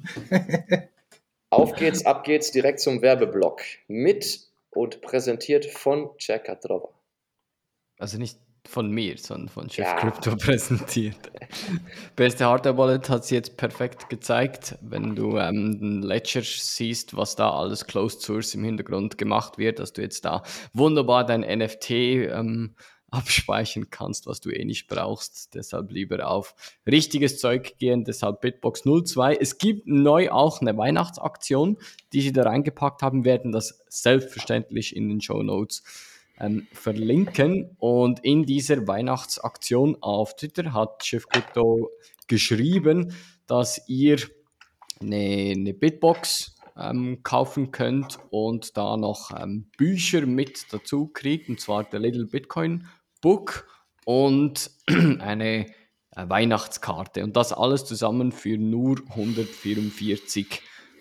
Auf geht's, ab geht's, direkt zum Werbeblock. Mit und präsentiert von Cercadrova. Also nicht von mir, sondern von Chef Crypto präsentiert. Beste Hardware Wallet hat es jetzt perfekt gezeigt, wenn du den Ledger siehst, was da alles Closed Source im Hintergrund gemacht wird, dass du jetzt da wunderbar dein NFT abspeichern kannst, was du nicht brauchst. Deshalb lieber auf richtiges Zeug gehen, deshalb Bitbox 02. Es gibt neu auch eine Weihnachtsaktion, die sie da reingepackt haben, werden das selbstverständlich in den Shownotes verlinken. Und in dieser Weihnachtsaktion auf Twitter hat Chef Crypto geschrieben, dass ihr eine Bitbox kaufen könnt und da noch Bücher mit dazu kriegt, und zwar der Little Bitcoin Book und eine Weihnachtskarte. Und das alles zusammen für nur 144.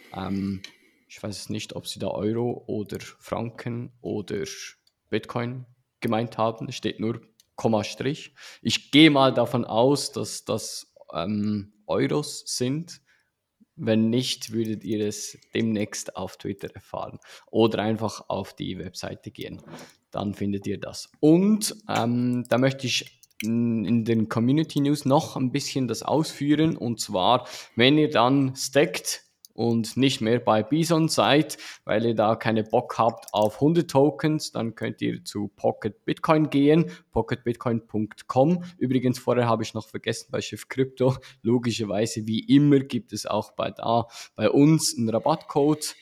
Ich weiß es nicht, ob sie da Euro oder Franken oder Bitcoin gemeint haben. Es steht nur Kommastrich. Ich gehe mal davon aus, dass das Euros sind. Wenn nicht, würdet ihr es demnächst auf Twitter erfahren oder einfach auf die Webseite gehen. Dann findet ihr das. Und da möchte ich in den Community News noch ein bisschen das ausführen. Und zwar, wenn ihr dann stackt und nicht mehr bei Bison seid, weil ihr da keine Bock habt auf 100 Tokens, dann könnt ihr zu Pocket Bitcoin gehen, pocketbitcoin.com. Übrigens, vorher habe ich noch vergessen, bei Chef Crypto, logischerweise wie immer gibt es auch bei uns einen Rabattcode,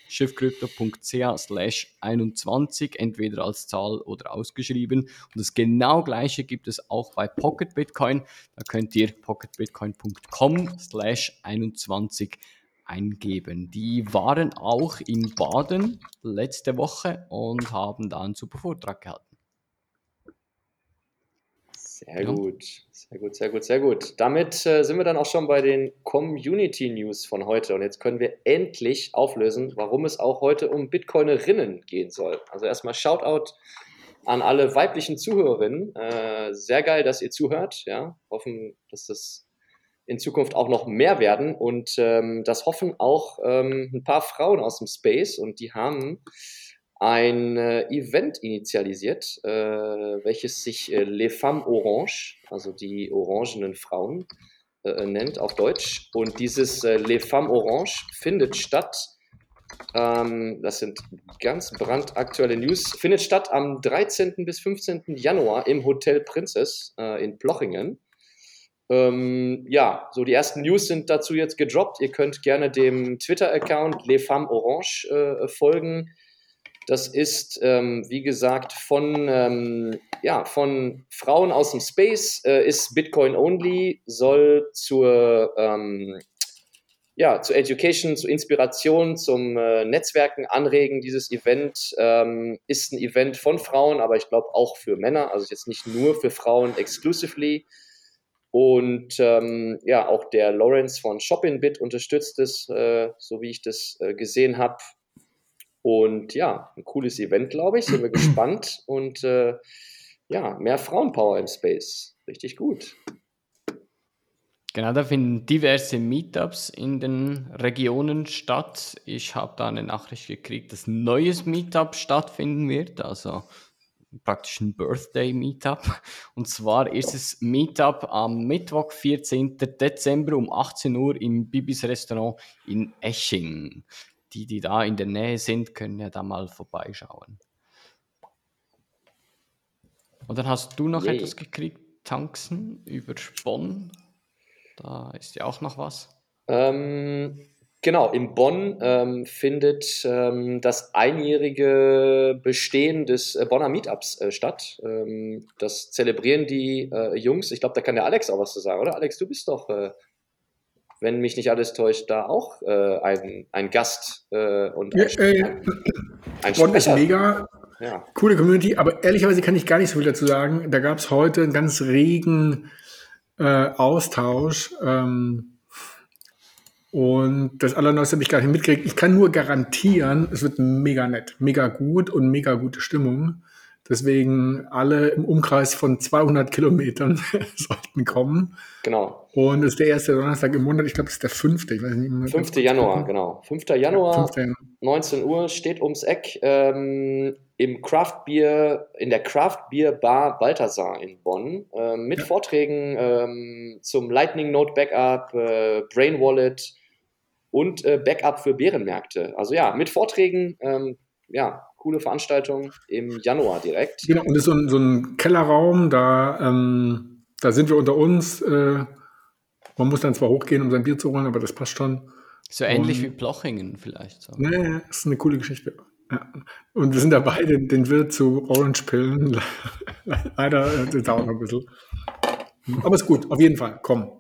chefcrypto.ch/21, entweder als Zahl oder ausgeschrieben. Und das genau gleiche gibt es auch bei Pocket Bitcoin. Da könnt ihr pocketbitcoin.com/21 eingeben. Die waren auch in Baden letzte Woche und haben da einen super Vortrag gehalten. Sehr gut, sehr gut, sehr gut, sehr gut. Damit sind wir dann auch schon bei den Community News von heute. Und jetzt können wir endlich auflösen, warum es auch heute um Bitcoinerinnen gehen soll. Also erstmal Shoutout an alle weiblichen Zuhörerinnen. Sehr geil, dass ihr zuhört. Ja, hoffen, dass das in Zukunft auch noch mehr werden. Und das hoffen auch ein paar Frauen aus dem Space. Und die haben ein Event initialisiert, welches sich Les Femmes Orange, also die orangenen Frauen, nennt auf Deutsch. Und dieses Les Femmes Orange findet statt, das sind ganz brandaktuelle News, findet statt am 13. bis 15. Januar im Hotel Princess in Plochingen. Ja, so die ersten News sind dazu jetzt gedroppt. Ihr könnt gerne dem Twitter-Account Les Femmes Orange folgen. Das ist, wie gesagt, von Frauen aus dem Space, ist Bitcoin only, soll zur Education, zur Inspiration, zum Netzwerken anregen. Dieses Event ist ein Event von Frauen, aber ich glaube auch für Männer, also jetzt nicht nur für Frauen exclusively. Und auch der Lawrence von Shopinbit unterstützt es, so wie ich das gesehen habe. Und ja, ein cooles Event, glaube ich. Sind wir gespannt. Und mehr Frauenpower im Space. Richtig gut. Genau, da finden diverse Meetups in den Regionen statt. Ich habe da eine Nachricht gekriegt, dass ein neues Meetup stattfinden wird, also praktisch ein Birthday-Meetup. Und zwar ist es Meetup am Mittwoch, 14. Dezember um 18 Uhr im Bibis Restaurant in Esching. Die da in der Nähe sind, können ja da mal vorbeischauen. Und dann hast du noch etwas gekriegt, Tangsen, über Bonn. Da ist ja auch noch was. Genau, in Bonn findet das einjährige Bestehen des Bonner Meetups statt. Das zelebrieren die Jungs. Ich glaube, da kann der Alex auch was zu sagen, oder? Alex, du bist doch, wenn mich nicht alles täuscht, da auch ein Gast und ein Bonn ist mega. Ja. Coole Community, aber ehrlicherweise kann ich gar nicht so viel dazu sagen. Da gab es heute einen ganz regen Austausch. Und das Allerneueste habe ich gar nicht mitgekriegt. Ich kann nur garantieren, es wird mega nett, mega gut und mega gute Stimmung. Deswegen alle im Umkreis von 200 Kilometern sollten kommen. Genau. Und es ist der erste Donnerstag im Monat. Ich glaube, es ist der 5. Ich weiß nicht, 5. Januar, genau. 5. Januar, 19 Uhr, steht ums Eck in der Craft Beer Bar Balthasar in Bonn mit Vorträgen zum Lightning Node Backup, Brain Wallet und Backup für Bärenmärkte. Also ja, mit Vorträgen, coole Veranstaltung im Januar direkt. Genau, und das ist so ein Kellerraum, da sind wir unter uns. Man muss dann zwar hochgehen, um sein Bier zu holen, aber das passt schon. So ähnlich wie Plochingen vielleicht. So. Nee, das ist eine coole Geschichte. Ja. Und wir sind dabei, den Wirt zu Orange-Pillen. Leider das dauert noch ein bisschen. Aber ist gut, auf jeden Fall. Kommen,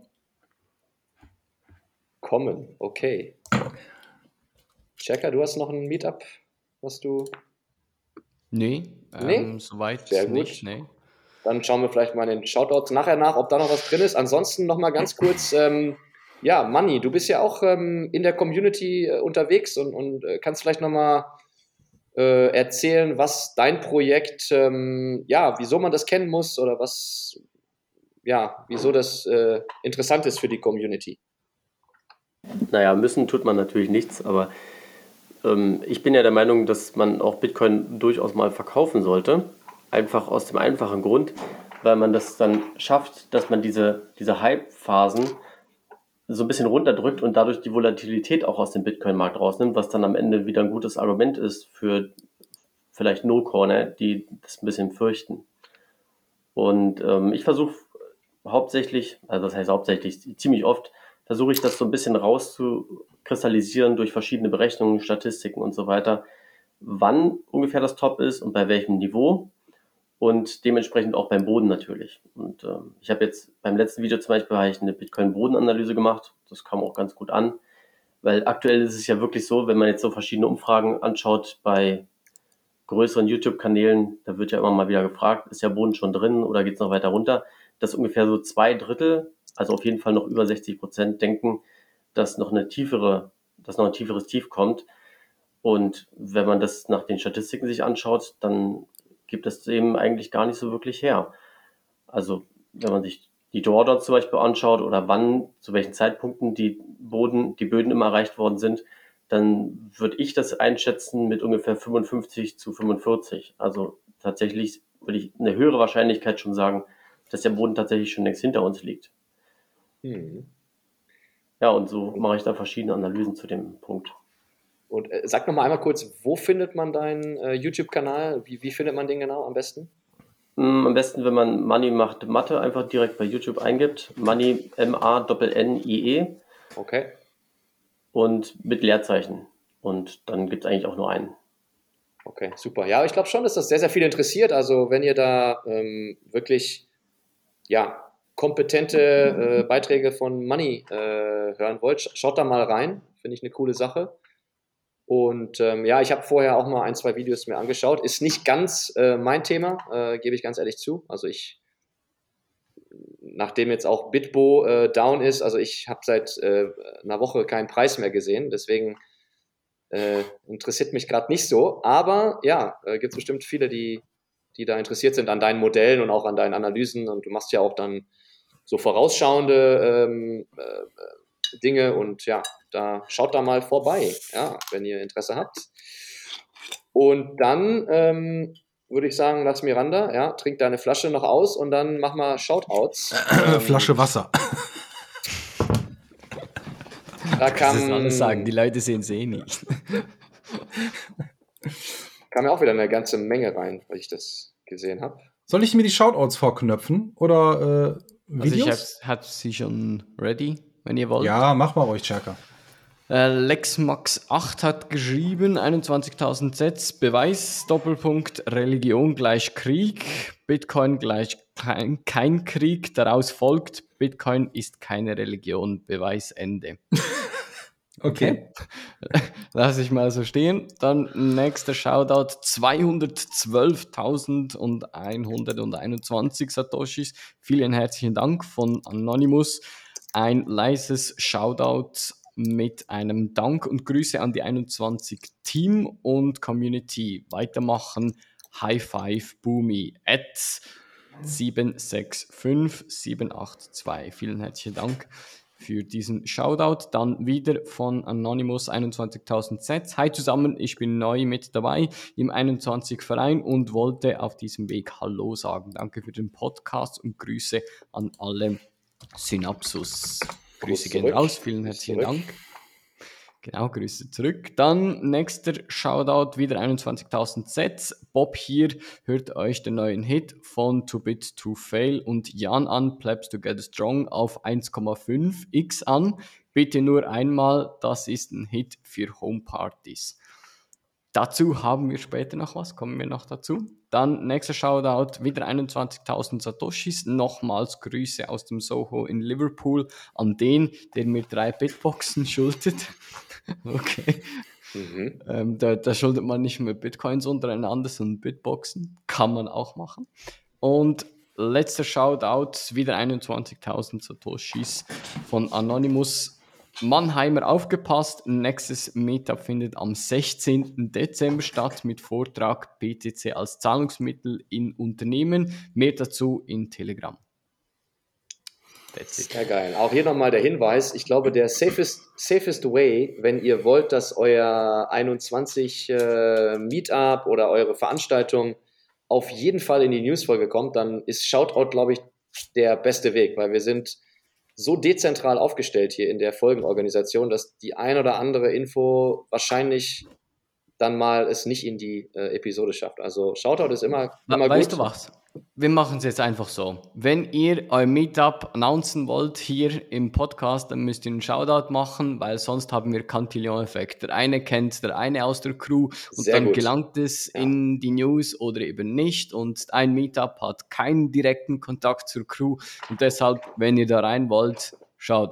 okay. Checker, du hast noch ein Meetup, was du... Nee? Soweit sehr gut. Nicht, nee. Dann schauen wir vielleicht mal in den Shoutouts nachher nach, ob da noch was drin ist. Ansonsten noch mal ganz kurz, Manni, du bist ja auch in der Community unterwegs und kannst vielleicht noch mal erzählen, was dein Projekt, wieso man das kennen muss oder wieso das interessant ist für die Community. Naja, müssen tut man natürlich nichts, aber ich bin ja der Meinung, dass man auch Bitcoin durchaus mal verkaufen sollte. Einfach aus dem einfachen Grund, weil man das dann schafft, dass man diese Hype-Phasen so ein bisschen runterdrückt und dadurch die Volatilität auch aus dem Bitcoin-Markt rausnimmt, was dann am Ende wieder ein gutes Argument ist für vielleicht No-Corner, die das ein bisschen fürchten. Und ich versuche hauptsächlich, also das heißt hauptsächlich, ziemlich oft, versuche ich das so ein bisschen rauszukristallisieren durch verschiedene Berechnungen, Statistiken und so weiter, wann ungefähr das Top ist und bei welchem Niveau. Und dementsprechend auch beim Boden natürlich. Und ich habe jetzt beim letzten Video zum Beispiel eine Bitcoin-Bodenanalyse gemacht. Das kam auch ganz gut an. Weil aktuell ist es ja wirklich so, wenn man jetzt so verschiedene Umfragen anschaut bei größeren YouTube-Kanälen, da wird ja immer mal wieder gefragt, ist der Boden schon drin oder geht es noch weiter runter, dass ungefähr so 2/3, also auf jeden Fall noch über 60% denken, dass noch ein tieferes Tief kommt. Und wenn man das nach den Statistiken sich anschaut, dann gibt es eben eigentlich gar nicht so wirklich her. Also wenn man sich die Drawdowns zum Beispiel anschaut oder wann, zu welchen Zeitpunkten die Böden immer erreicht worden sind, dann würde ich das einschätzen mit ungefähr 55-45. Also tatsächlich würde ich eine höhere Wahrscheinlichkeit schon sagen, dass der Boden tatsächlich schon längst hinter uns liegt. Ja, und so mache ich da verschiedene Analysen zu dem Punkt. Und sag noch mal einmal kurz, wo findet man deinen YouTube-Kanal? Wie findet man den genau am besten? Am besten, wenn man Money macht Mathe einfach direkt bei YouTube eingibt. Money, M-A-N-N-I-E. Okay. Und mit Leerzeichen. Und dann gibt es eigentlich auch nur einen. Okay, super. Ja, ich glaube schon, dass das sehr, sehr viel interessiert. Also wenn ihr da wirklich kompetente Beiträge von Money hören wollt, schaut da mal rein. Finde ich eine coole Sache. Und ich habe vorher auch mal 1-2 Videos mir angeschaut. Ist nicht ganz mein Thema, gebe ich ganz ehrlich zu. Also nachdem jetzt auch Bitbo down ist, also ich habe seit einer Woche keinen Preis mehr gesehen. Deswegen interessiert mich gerade nicht so. Aber gibt es bestimmt viele, die da interessiert sind an deinen Modellen und auch an deinen Analysen. Und du machst ja auch dann so vorausschauende Dinge und da schaut da mal vorbei, wenn ihr Interesse habt. Und dann würde ich sagen, lass Miranda, trink deine Flasche noch aus und dann mach mal Shoutouts. Flasche Wasser. Da kannst du alles sagen, die Leute sehen es eh nicht. Kam ja auch wieder eine ganze Menge rein, weil ich das gesehen habe. Soll ich mir die Shoutouts vorknöpfen oder Videos? Also ich habe sie schon ready, wenn ihr wollt. Ja, mach mal ruhig, Chaka. LexMax8 hat geschrieben, 21.000 Sets, Beweis, Doppelpunkt, Religion gleich Krieg, Bitcoin gleich kein Krieg, daraus folgt, Bitcoin ist keine Religion, Beweis Ende. Okay. Lass ich mal so stehen. Dann nächster Shoutout, 212.121 Satoshis. Vielen herzlichen Dank von Anonymous. Ein leises Shoutout mit einem Dank und Grüße an die 21 Team und Community. Weitermachen. High Five Boomy at 765782. Vielen herzlichen Dank für diesen Shoutout. Dann wieder von Anonymous 21.000 Sets. Hi zusammen, ich bin neu mit dabei im 21 Verein und wollte auf diesem Weg Hallo sagen. Danke für den Podcast und Grüße an alle Synapsus. Grüße gehen raus, vielen herzlichen Dank. Genau, Grüße zurück. Dann nächster Shoutout, wieder 21.000 Sets. Bob hier, hört euch den neuen Hit von Too Bit to Fail und Jan an, Plebs Together Strong auf 1,5x an. Bitte nur einmal, das ist ein Hit für Homepartys. Dazu haben wir später noch was, kommen wir noch dazu. Dann nächster Shoutout, wieder 21.000 Satoshis. Nochmals Grüße aus dem Soho in Liverpool an den, der mir 3 Bitboxen schuldet. Okay. Da schuldet man nicht mehr Bitcoins untereinander, sondern Bitboxen. Kann man auch machen. Und letzter Shoutout, wieder 21.000 Satoshis von Anonymous. Mannheimer aufgepasst, nächstes Meetup findet am 16. Dezember statt mit Vortrag BTC als Zahlungsmittel in Unternehmen. Mehr dazu in Telegram. Sehr geil. Auch hier nochmal der Hinweis, ich glaube, der safest way, wenn ihr wollt, dass euer 21 Meetup oder eure Veranstaltung auf jeden Fall in die Newsfolge kommt, dann ist Shoutout, glaube ich, der beste Weg, weil wir sind so dezentral aufgestellt hier in der Folgenorganisation, dass die ein oder andere Info wahrscheinlich dann mal es nicht in die Episode schafft. Also Shoutout ist immer gut. Weißt du was? Wir machen es jetzt einfach so. Wenn ihr euer Meetup announcen wollt hier im Podcast, dann müsst ihr einen Shoutout machen, weil sonst haben wir Cantillon-Effekt. Der eine kennt der eine aus der Crew und Sehr dann gut. gelangt es in die News oder eben nicht und ein Meetup hat keinen direkten Kontakt zur Crew und deshalb, wenn ihr da rein wollt, Shoutout.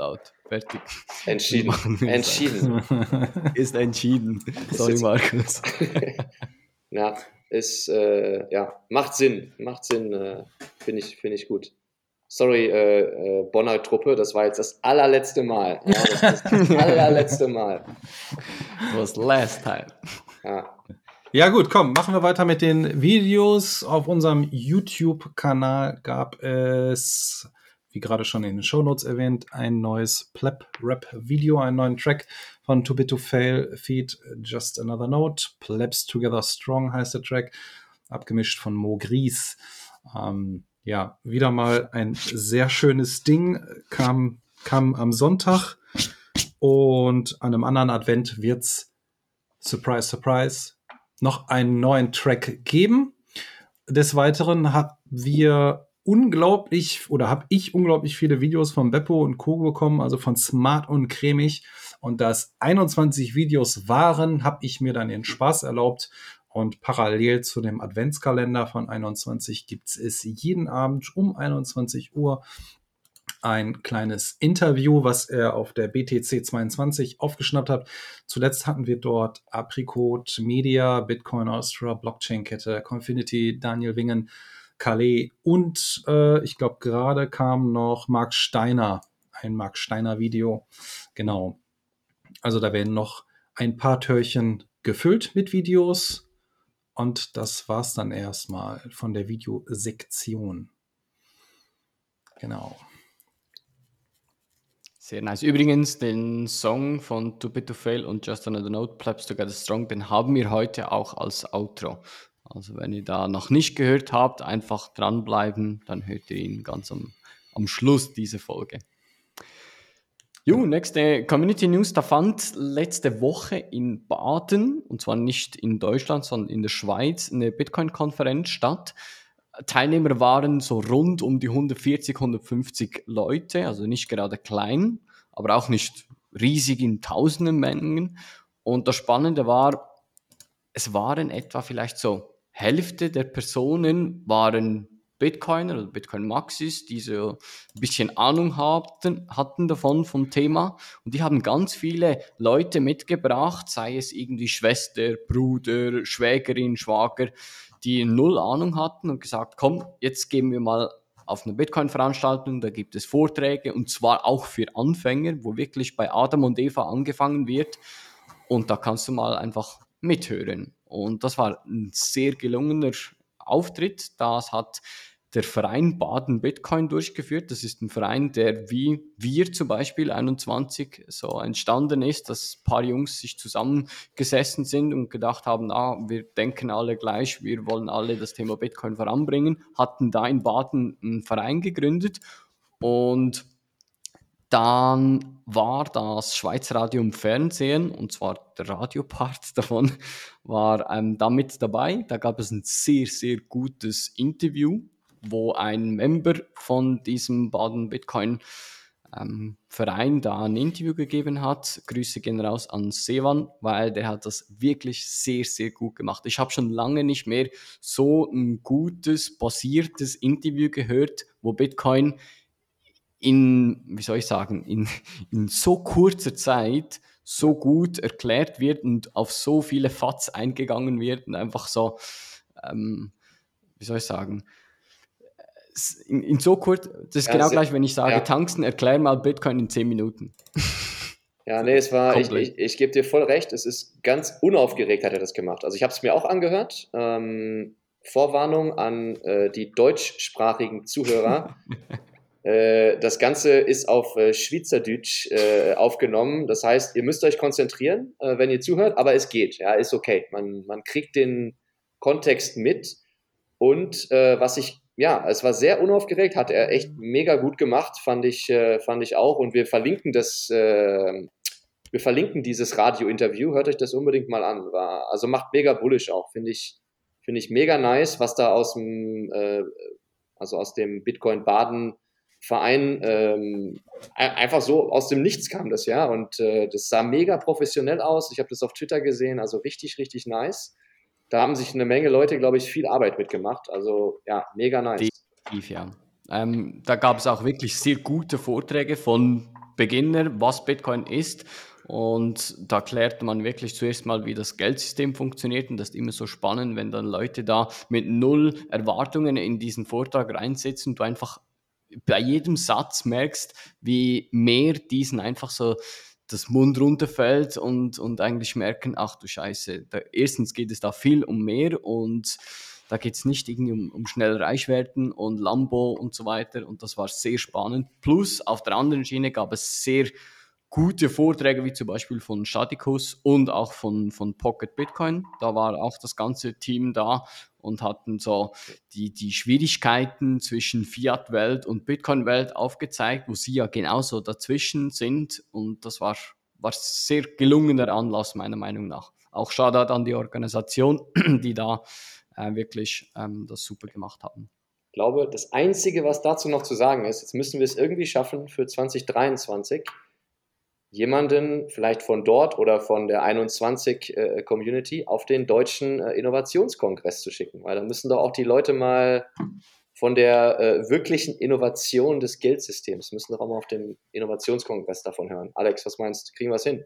fertig. Entschieden. Wir machen jetzt Entschieden. Ist entschieden. Sorry, jetzt- Markus. Ja, macht Sinn. Finde ich gut. Sorry, Bonner Truppe, das war jetzt das allerletzte Mal. Ja, das allerletzte Mal. Was last time. Ja. Ja gut, komm, machen wir weiter mit den Videos. Auf unserem YouTube-Kanal gab es, wie gerade schon in den Shownotes erwähnt, ein neues Pleb-Rap-Video, einen neuen Track von Too Bit to Fail, Feat. Just Another Note. Plebs Together Strong heißt der Track, abgemischt von Mo Gries. Ja, wieder mal ein sehr schönes Ding, kam am Sonntag und an einem anderen Advent wird's, surprise, surprise, noch einen neuen Track geben. Des Weiteren habe ich unglaublich viele Videos von Beppo und Co. bekommen, also von Smart und Cremig. Und da es 21 Videos waren, habe ich mir dann den Spaß erlaubt. Und parallel zu dem Adventskalender von 21 gibt es jeden Abend um 21 Uhr ein kleines Interview, was er auf der BTC 22 aufgeschnappt hat. Zuletzt hatten wir dort Apricot Media, Bitcoin Austria, Blockchain-Kette, Confinity, Daniel Wingen, Calais und ich glaube, gerade kam noch Marc Steiner, ein Marc Steiner-Video. Genau. Also da werden noch ein paar Türchen gefüllt mit Videos. Und das war's dann erstmal von der Videosektion. Genau. Sehr nice. Übrigens, den Song von Too Bit to Fail und Just Another Note, Plebs Together Strong, den haben wir heute auch als Outro. Also wenn ihr da noch nicht gehört habt, einfach dranbleiben, dann hört ihr ihn ganz am Schluss dieser Folge. Nächste Community News, da fand letzte Woche in Baden, und zwar nicht in Deutschland, sondern in der Schweiz, eine Bitcoin-Konferenz statt. Teilnehmer waren so rund um die 140, 150 Leute, also nicht gerade klein, aber auch nicht riesig in tausenden Mengen. Und das Spannende war, es waren etwa vielleicht so Hälfte der Personen waren Bitcoiner oder Bitcoin-Maxis, die so ein bisschen Ahnung hatten davon, vom Thema. Und die haben ganz viele Leute mitgebracht, sei es irgendwie Schwester, Bruder, Schwägerin, Schwager, die null Ahnung hatten und gesagt, komm, jetzt gehen wir mal auf eine Bitcoin-Veranstaltung, da gibt es Vorträge und zwar auch für Anfänger, wo wirklich bei Adam und Eva angefangen wird und da kannst du mal einfach mithören. Und das war ein sehr gelungener Auftritt. Das hat der Verein Baden Bitcoin durchgeführt. Das ist ein Verein, der wie wir zum Beispiel 21 so entstanden ist, dass ein paar Jungs sich zusammengesessen sind und gedacht haben, wir denken alle gleich, wir wollen alle das Thema Bitcoin voranbringen, hatten da in Baden einen Verein gegründet und dann war das Schweizer Radio und Fernsehen, und zwar der Radiopart davon, war da mit dabei. Da gab es ein sehr, sehr gutes Interview, wo ein Member von diesem Baden Bitcoin Verein da ein Interview gegeben hat. Grüße gehen raus an Sevan, weil der hat das wirklich sehr, sehr gut gemacht. Ich habe schon lange nicht mehr so ein gutes, basiertes Interview gehört, wo Bitcoin in so kurzer Zeit so gut erklärt wird und auf so viele Facts eingegangen wird und einfach so, in so kurz, das ist genau gleich, wenn ich sage, Tungsten, erklär mal Bitcoin in 10 Minuten. Ja, nee, ich gebe dir voll recht, es ist ganz unaufgeregt, hat er das gemacht. Also ich habe es mir auch angehört, Vorwarnung an die deutschsprachigen Zuhörer. Das Ganze ist auf Schweizerdeutsch aufgenommen. Das heißt, ihr müsst euch konzentrieren, wenn ihr zuhört, aber es geht. Ja, ist okay. Man kriegt den Kontext mit. Und es war sehr unaufgeregt, hat er echt mega gut gemacht, fand ich auch. Und wir verlinken dieses Radio-Interview. Hört euch das unbedingt mal an. Also macht mega bullish auch. Finde ich mega nice, was da aus dem Bitcoin Baden Verein einfach so aus dem Nichts kam das, ja, und das sah mega professionell aus. Ich habe das auf Twitter gesehen, also richtig, richtig nice. Da haben sich eine Menge Leute, glaube ich, viel Arbeit mitgemacht. Also ja, mega nice. Definitiv, ja. Da gab es auch wirklich sehr gute Vorträge von Beginner, was Bitcoin ist. Und da klärt man wirklich zuerst mal, wie das Geldsystem funktioniert. Und das ist immer so spannend, wenn dann Leute da mit null Erwartungen in diesen Vortrag reinsitzen und du einfach bei jedem Satz merkst, wie mehr diesen einfach so das Mund runterfällt und eigentlich merken, ach du Scheiße, erstens geht es da viel um mehr und da geht es nicht irgendwie um schnell reich werden und Lambo und so weiter und das war sehr spannend. Plus auf der anderen Schiene gab es sehr gute Vorträge, wie zum Beispiel von Statikus und auch von Pocket Bitcoin. Da war auch das ganze Team da und hatten so die Schwierigkeiten zwischen Fiat-Welt und Bitcoin-Welt aufgezeigt, wo sie ja genauso dazwischen sind. Und das war sehr gelungener Anlass, meiner Meinung nach. Auch Shoutout an die Organisation, die da wirklich das super gemacht haben. Ich glaube, das Einzige, was dazu noch zu sagen ist, jetzt müssen wir es irgendwie schaffen für 2023, jemanden vielleicht von dort oder von der 21 Community auf den deutschen Innovationskongress zu schicken, weil da müssen doch auch die Leute mal von der wirklichen Innovation des Geldsystems, müssen doch auch mal auf dem Innovationskongress davon hören. Alex, was meinst du, kriegen wir es hin?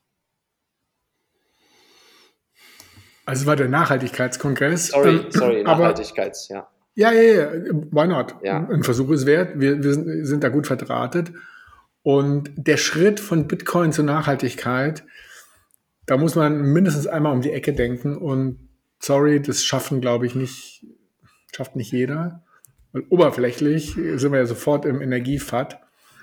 Also war der Nachhaltigkeitskongress. Sorry, Nachhaltigkeits, ja. Ja, why not? Ja. Ein Versuch ist wert, wir sind da gut verdrahtet. Und der Schritt von Bitcoin zur Nachhaltigkeit, da muss man mindestens einmal um die Ecke denken. Und sorry, das schafft nicht jeder. Weil oberflächlich sind wir ja sofort im Energiefad.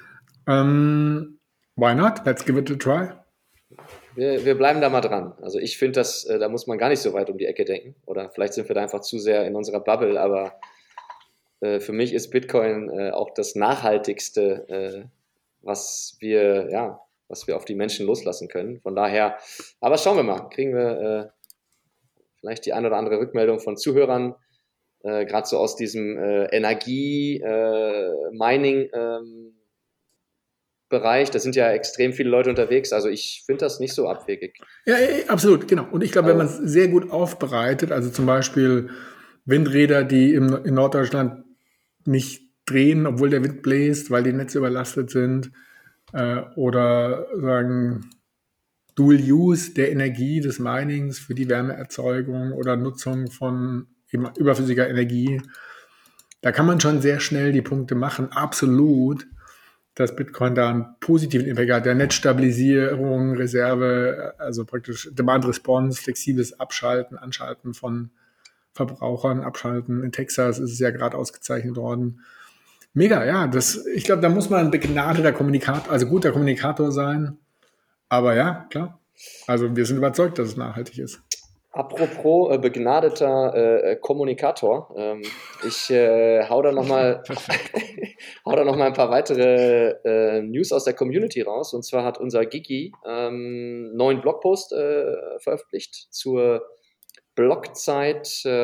Why not? Let's give it a try. Wir bleiben da mal dran. Also ich finde, da muss man gar nicht so weit um die Ecke denken. Oder vielleicht sind wir da einfach zu sehr in unserer Bubble. Aber für mich ist Bitcoin auch das Nachhaltigste, was wir auf die Menschen loslassen können. Von daher, aber schauen wir mal, kriegen wir vielleicht die eine oder andere Rückmeldung von Zuhörern, gerade so aus diesem Energie-Mining Bereich, da sind ja extrem viele Leute unterwegs, also ich finde das nicht so abwegig. Ja, absolut, genau. Und ich glaube, wenn man es sehr gut aufbereitet, also zum Beispiel Windräder, die in Norddeutschland nicht drehen, obwohl der Wind bläst, weil die Netze überlastet sind, oder sagen Dual Use der Energie des Minings für die Wärmeerzeugung oder Nutzung von eben überflüssiger Energie, da kann man schon sehr schnell die Punkte machen, absolut, dass Bitcoin da einen positiven Impact hat, der Netzstabilisierung, Reserve, also praktisch Demand Response, flexibles Abschalten, Anschalten von Verbrauchern, Abschalten. In Texas ist es ja gerade ausgezeichnet worden. Mega, ja. Ich glaube, da muss man ein begnadeter Kommunikator, also guter Kommunikator sein. Aber ja, klar. Also wir sind überzeugt, dass es nachhaltig ist. Apropos begnadeter Kommunikator, ich hau da noch mal ein paar weitere News aus der Community raus. Und zwar hat unser Gigi einen neuen Blogpost veröffentlicht zur Blockzeit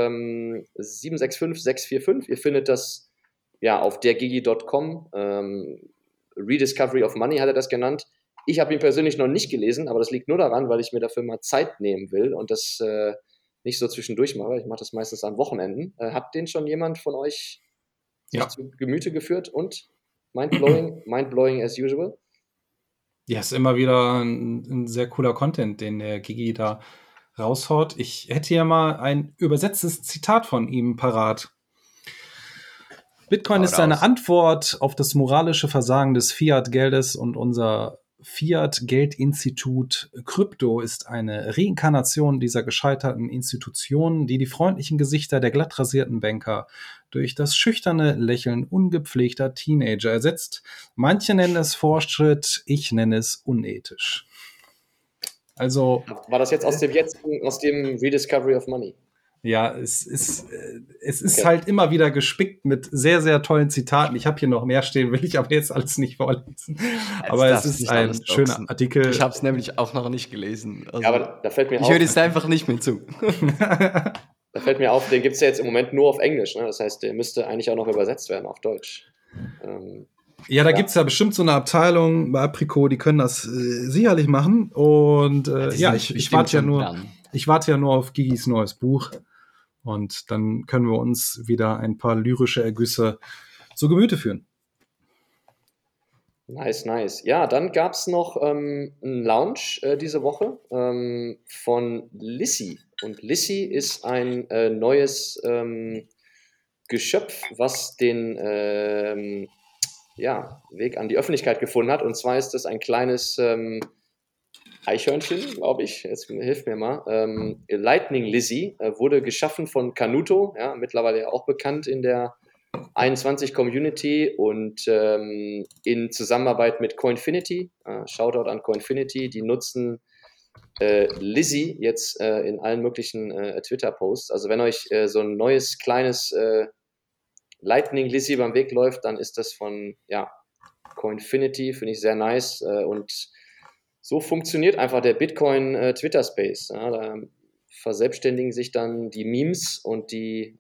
765645. Ihr findet das ja auf dergigi.com. Rediscovery of Money hat er das genannt. Ich habe ihn persönlich noch nicht gelesen, aber das liegt nur daran, weil ich mir dafür mal Zeit nehmen will und das nicht so zwischendurch mache. Ich mache das meistens an Wochenenden. Hat den schon jemand von euch sich zu Gemüte geführt und mindblowing as usual? Ja, ist immer wieder ein sehr cooler Content, den der Gigi da raushaut. Ich hätte hier mal ein übersetztes Zitat von ihm parat. Bitcoin ist eine Antwort auf das moralische Versagen des Fiat-Geldes und unser Fiat-Geldinstitut Krypto ist eine Reinkarnation dieser gescheiterten Institutionen, die freundlichen Gesichter der glattrasierten Banker durch das schüchterne Lächeln ungepflegter Teenager ersetzt. Manche nennen es Fortschritt, ich nenne es unethisch. Also war das jetzt aus dem Rediscovery of Money? Ja, es ist halt immer wieder gespickt mit sehr, sehr tollen Zitaten. Ich habe hier noch mehr stehen, will ich aber jetzt alles nicht vorlesen. Aber es ist ein schöner Artikel. Ich habe es nämlich auch noch nicht gelesen. Also, ja, aber da fällt mir ich höre jetzt einfach nicht mehr zu. Da fällt mir auf, den gibt es ja jetzt im Moment nur auf Englisch. Ne? Das heißt, der müsste eigentlich auch noch übersetzt werden auf Deutsch. Ja, da gibt es ja bestimmt so eine Abteilung bei Apricot, die können das sicherlich machen. Und ich warte ja nur auf Gigis neues Buch. Und dann können wir uns wieder ein paar lyrische Ergüsse zu Gemüte führen. Nice, nice. Ja, dann gab es noch einen Launch diese Woche von Lissy. Und Lissy ist ein neues Geschöpf, was den Weg an die Öffentlichkeit gefunden hat. Und zwar ist das ein kleines Eichhörnchen, glaube ich. Jetzt hilf mir mal. Lightning Lizzy wurde geschaffen von Canuto, ja, mittlerweile ja auch bekannt in der 21 Community und in Zusammenarbeit mit Coinfinity. Shoutout an Coinfinity, die nutzen Lizzy jetzt in allen möglichen Twitter-Posts. Also wenn euch so ein neues kleines Lightning Lizzy beim Weg läuft, dann ist das von Coinfinity, finde ich sehr nice. Und so funktioniert einfach der Bitcoin Twitter Space. Ja, da verselbstständigen sich dann die Memes und die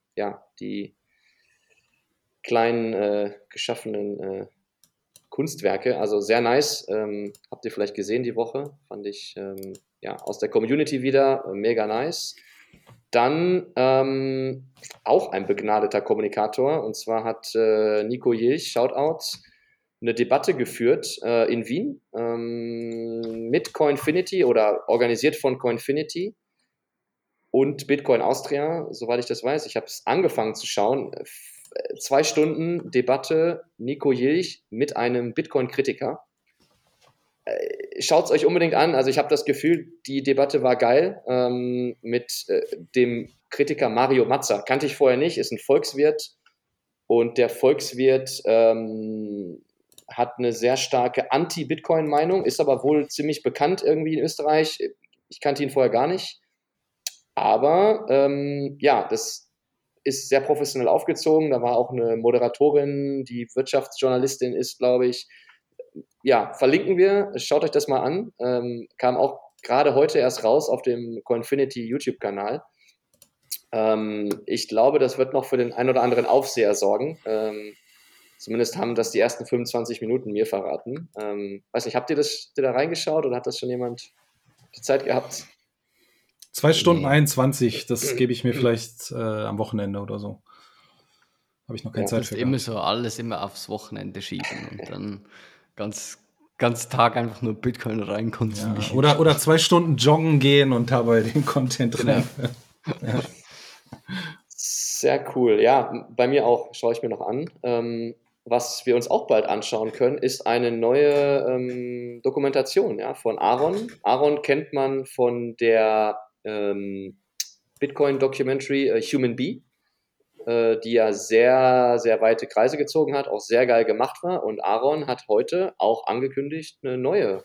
kleinen geschaffenen Kunstwerke. Also sehr nice. Habt ihr vielleicht gesehen die Woche? Fand ich aus der Community wieder mega nice. Dann auch ein begnadeter Kommunikator, und zwar hat Nico Jilch, Shoutout, eine Debatte geführt in Wien mit Coinfinity oder organisiert von Coinfinity und Bitcoin Austria, soweit ich das weiß. Ich habe es angefangen zu schauen. 2 Stunden Debatte Nico Jilch mit einem Bitcoin-Kritiker. Schaut es euch unbedingt an. Also ich habe das Gefühl, die Debatte war geil mit dem Kritiker Mario Mazza. Kannte ich vorher nicht, ist ein Volkswirt. Und der Volkswirt hat eine sehr starke Anti-Bitcoin-Meinung, ist aber wohl ziemlich bekannt irgendwie in Österreich. Ich kannte ihn vorher gar nicht. Aber das ist sehr professionell aufgezogen. Da war auch eine Moderatorin, die Wirtschaftsjournalistin ist, glaube ich. Ja, verlinken wir. Schaut euch das mal an. Kam auch gerade heute erst raus auf dem Coinfinity YouTube-Kanal. Ich glaube, das wird noch für den ein oder anderen Aufseher sorgen. Zumindest haben das die ersten 25 Minuten mir verraten. Weiß nicht, habt ihr da reingeschaut oder hat das schon jemand die Zeit gehabt? 2 Stunden 21, das gebe ich mir vielleicht am Wochenende oder so. Habe ich noch keine Zeit Das für. ist immer so, alles immer aufs Wochenende schieben und dann ganz Tag einfach nur Bitcoin rein konsumieren. Ja, oder 2 Stunden joggen gehen und dabei den Content Genau. rein. Sehr cool. Ja, bei mir auch, schaue ich mir noch an. Was wir uns auch bald anschauen können, ist eine neue Dokumentation von Aaron. Aaron kennt man von der Bitcoin-Documentary Human Bee, die ja sehr, sehr weite Kreise gezogen hat, auch sehr geil gemacht war. Und Aaron hat heute auch angekündigt, eine neue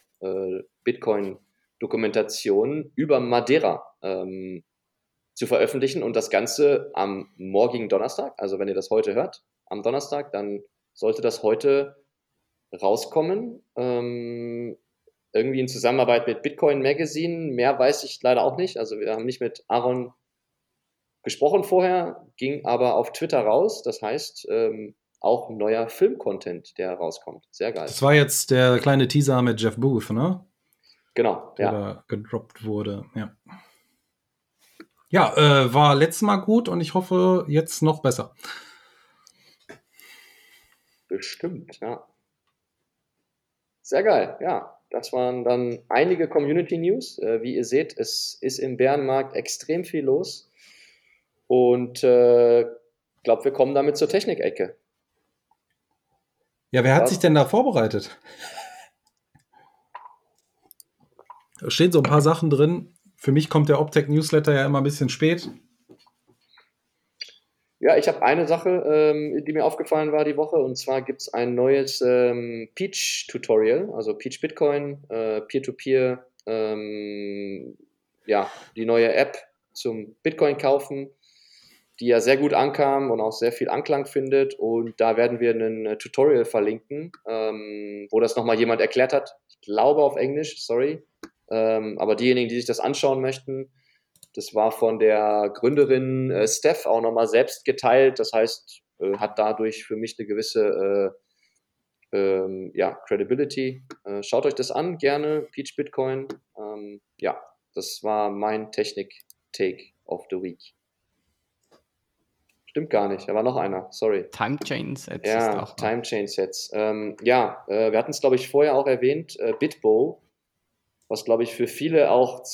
Bitcoin-Dokumentation über Madeira zu veröffentlichen und das Ganze am morgigen Donnerstag. Also wenn ihr das heute hört, am Donnerstag, dann sollte das heute rauskommen. Irgendwie in Zusammenarbeit mit Bitcoin Magazine. Mehr weiß ich leider auch nicht. Also wir haben nicht mit Aaron gesprochen vorher, ging aber auf Twitter raus. Das heißt, auch neuer Film-Content, der rauskommt. Sehr geil. Das war jetzt der kleine Teaser mit Jeff Booth, ne? Genau, der da gedroppt wurde. Ja, war letztes Mal gut und ich hoffe, jetzt noch besser. Bestimmt, ja. Sehr geil, ja. Das waren dann einige Community News. Wie ihr seht, es ist im Bärenmarkt extrem viel los. Und ich glaube, wir kommen damit zur Technik-Ecke. Ja, wer hat sich denn da vorbereitet? Da stehen so ein paar Sachen drin. Für mich kommt der Optech-Newsletter ja immer ein bisschen spät. Ja, ich habe eine Sache, die mir aufgefallen war die Woche, und zwar gibt es ein neues Peach-Tutorial, also Peach Bitcoin, Peer-to-Peer, die neue App zum Bitcoin kaufen, die ja sehr gut ankam und auch sehr viel Anklang findet. Und da werden wir ein Tutorial verlinken, wo das nochmal jemand erklärt hat. Ich glaube auf Englisch, sorry. Aber diejenigen, die sich das anschauen möchten, das war von der Gründerin Steph auch nochmal selbst geteilt. Das heißt, hat dadurch für mich eine gewisse Credibility. Schaut euch das an, gerne. Peach Bitcoin. Das war mein Technik-Take of the Week. Stimmt gar nicht, da war noch einer, sorry. Time Chain Sets ist Ja, auch noch. Time Chain Sets. Wir hatten es, glaube ich, vorher auch erwähnt, BitBow, was, glaube ich, für viele auch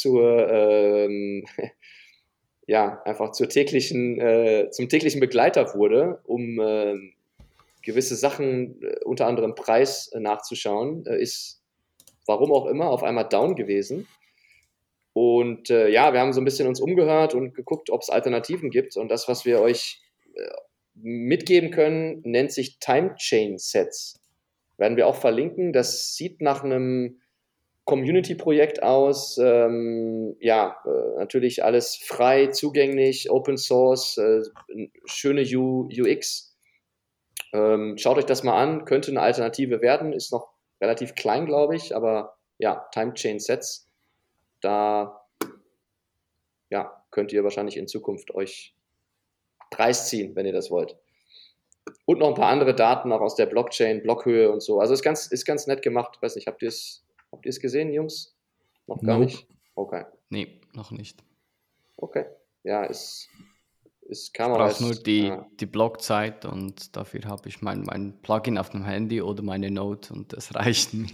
einfach zum täglichen Begleiter wurde, um gewisse Sachen, unter anderem Preis, nachzuschauen, ist, warum auch immer, auf einmal down gewesen. Und wir haben so ein bisschen uns umgehört und geguckt, ob es Alternativen gibt. Und das, was wir euch mitgeben können, nennt sich Time Chain Sets. Werden wir auch verlinken. Das sieht nach einem Community-Projekt aus. Natürlich alles frei, zugänglich, Open Source, schöne UX. Schaut euch das mal an. Könnte eine Alternative werden. Ist noch relativ klein, glaube ich. Aber ja, Time Chain Sets. Da könnt ihr wahrscheinlich in Zukunft euch Preis ziehen, wenn ihr das wollt. Und noch ein paar andere Daten auch aus der Blockchain, Blockhöhe und so. Also ist ganz nett gemacht. Weiß nicht, habt ihr es gesehen, Jungs? Noch gar Nope. nicht? Okay. Nee, noch nicht. Okay. Ja, es kam Ich aber brauche nur erst. die Blockzeit und dafür habe ich mein Plugin auf dem Handy oder meine Note und das reicht mir.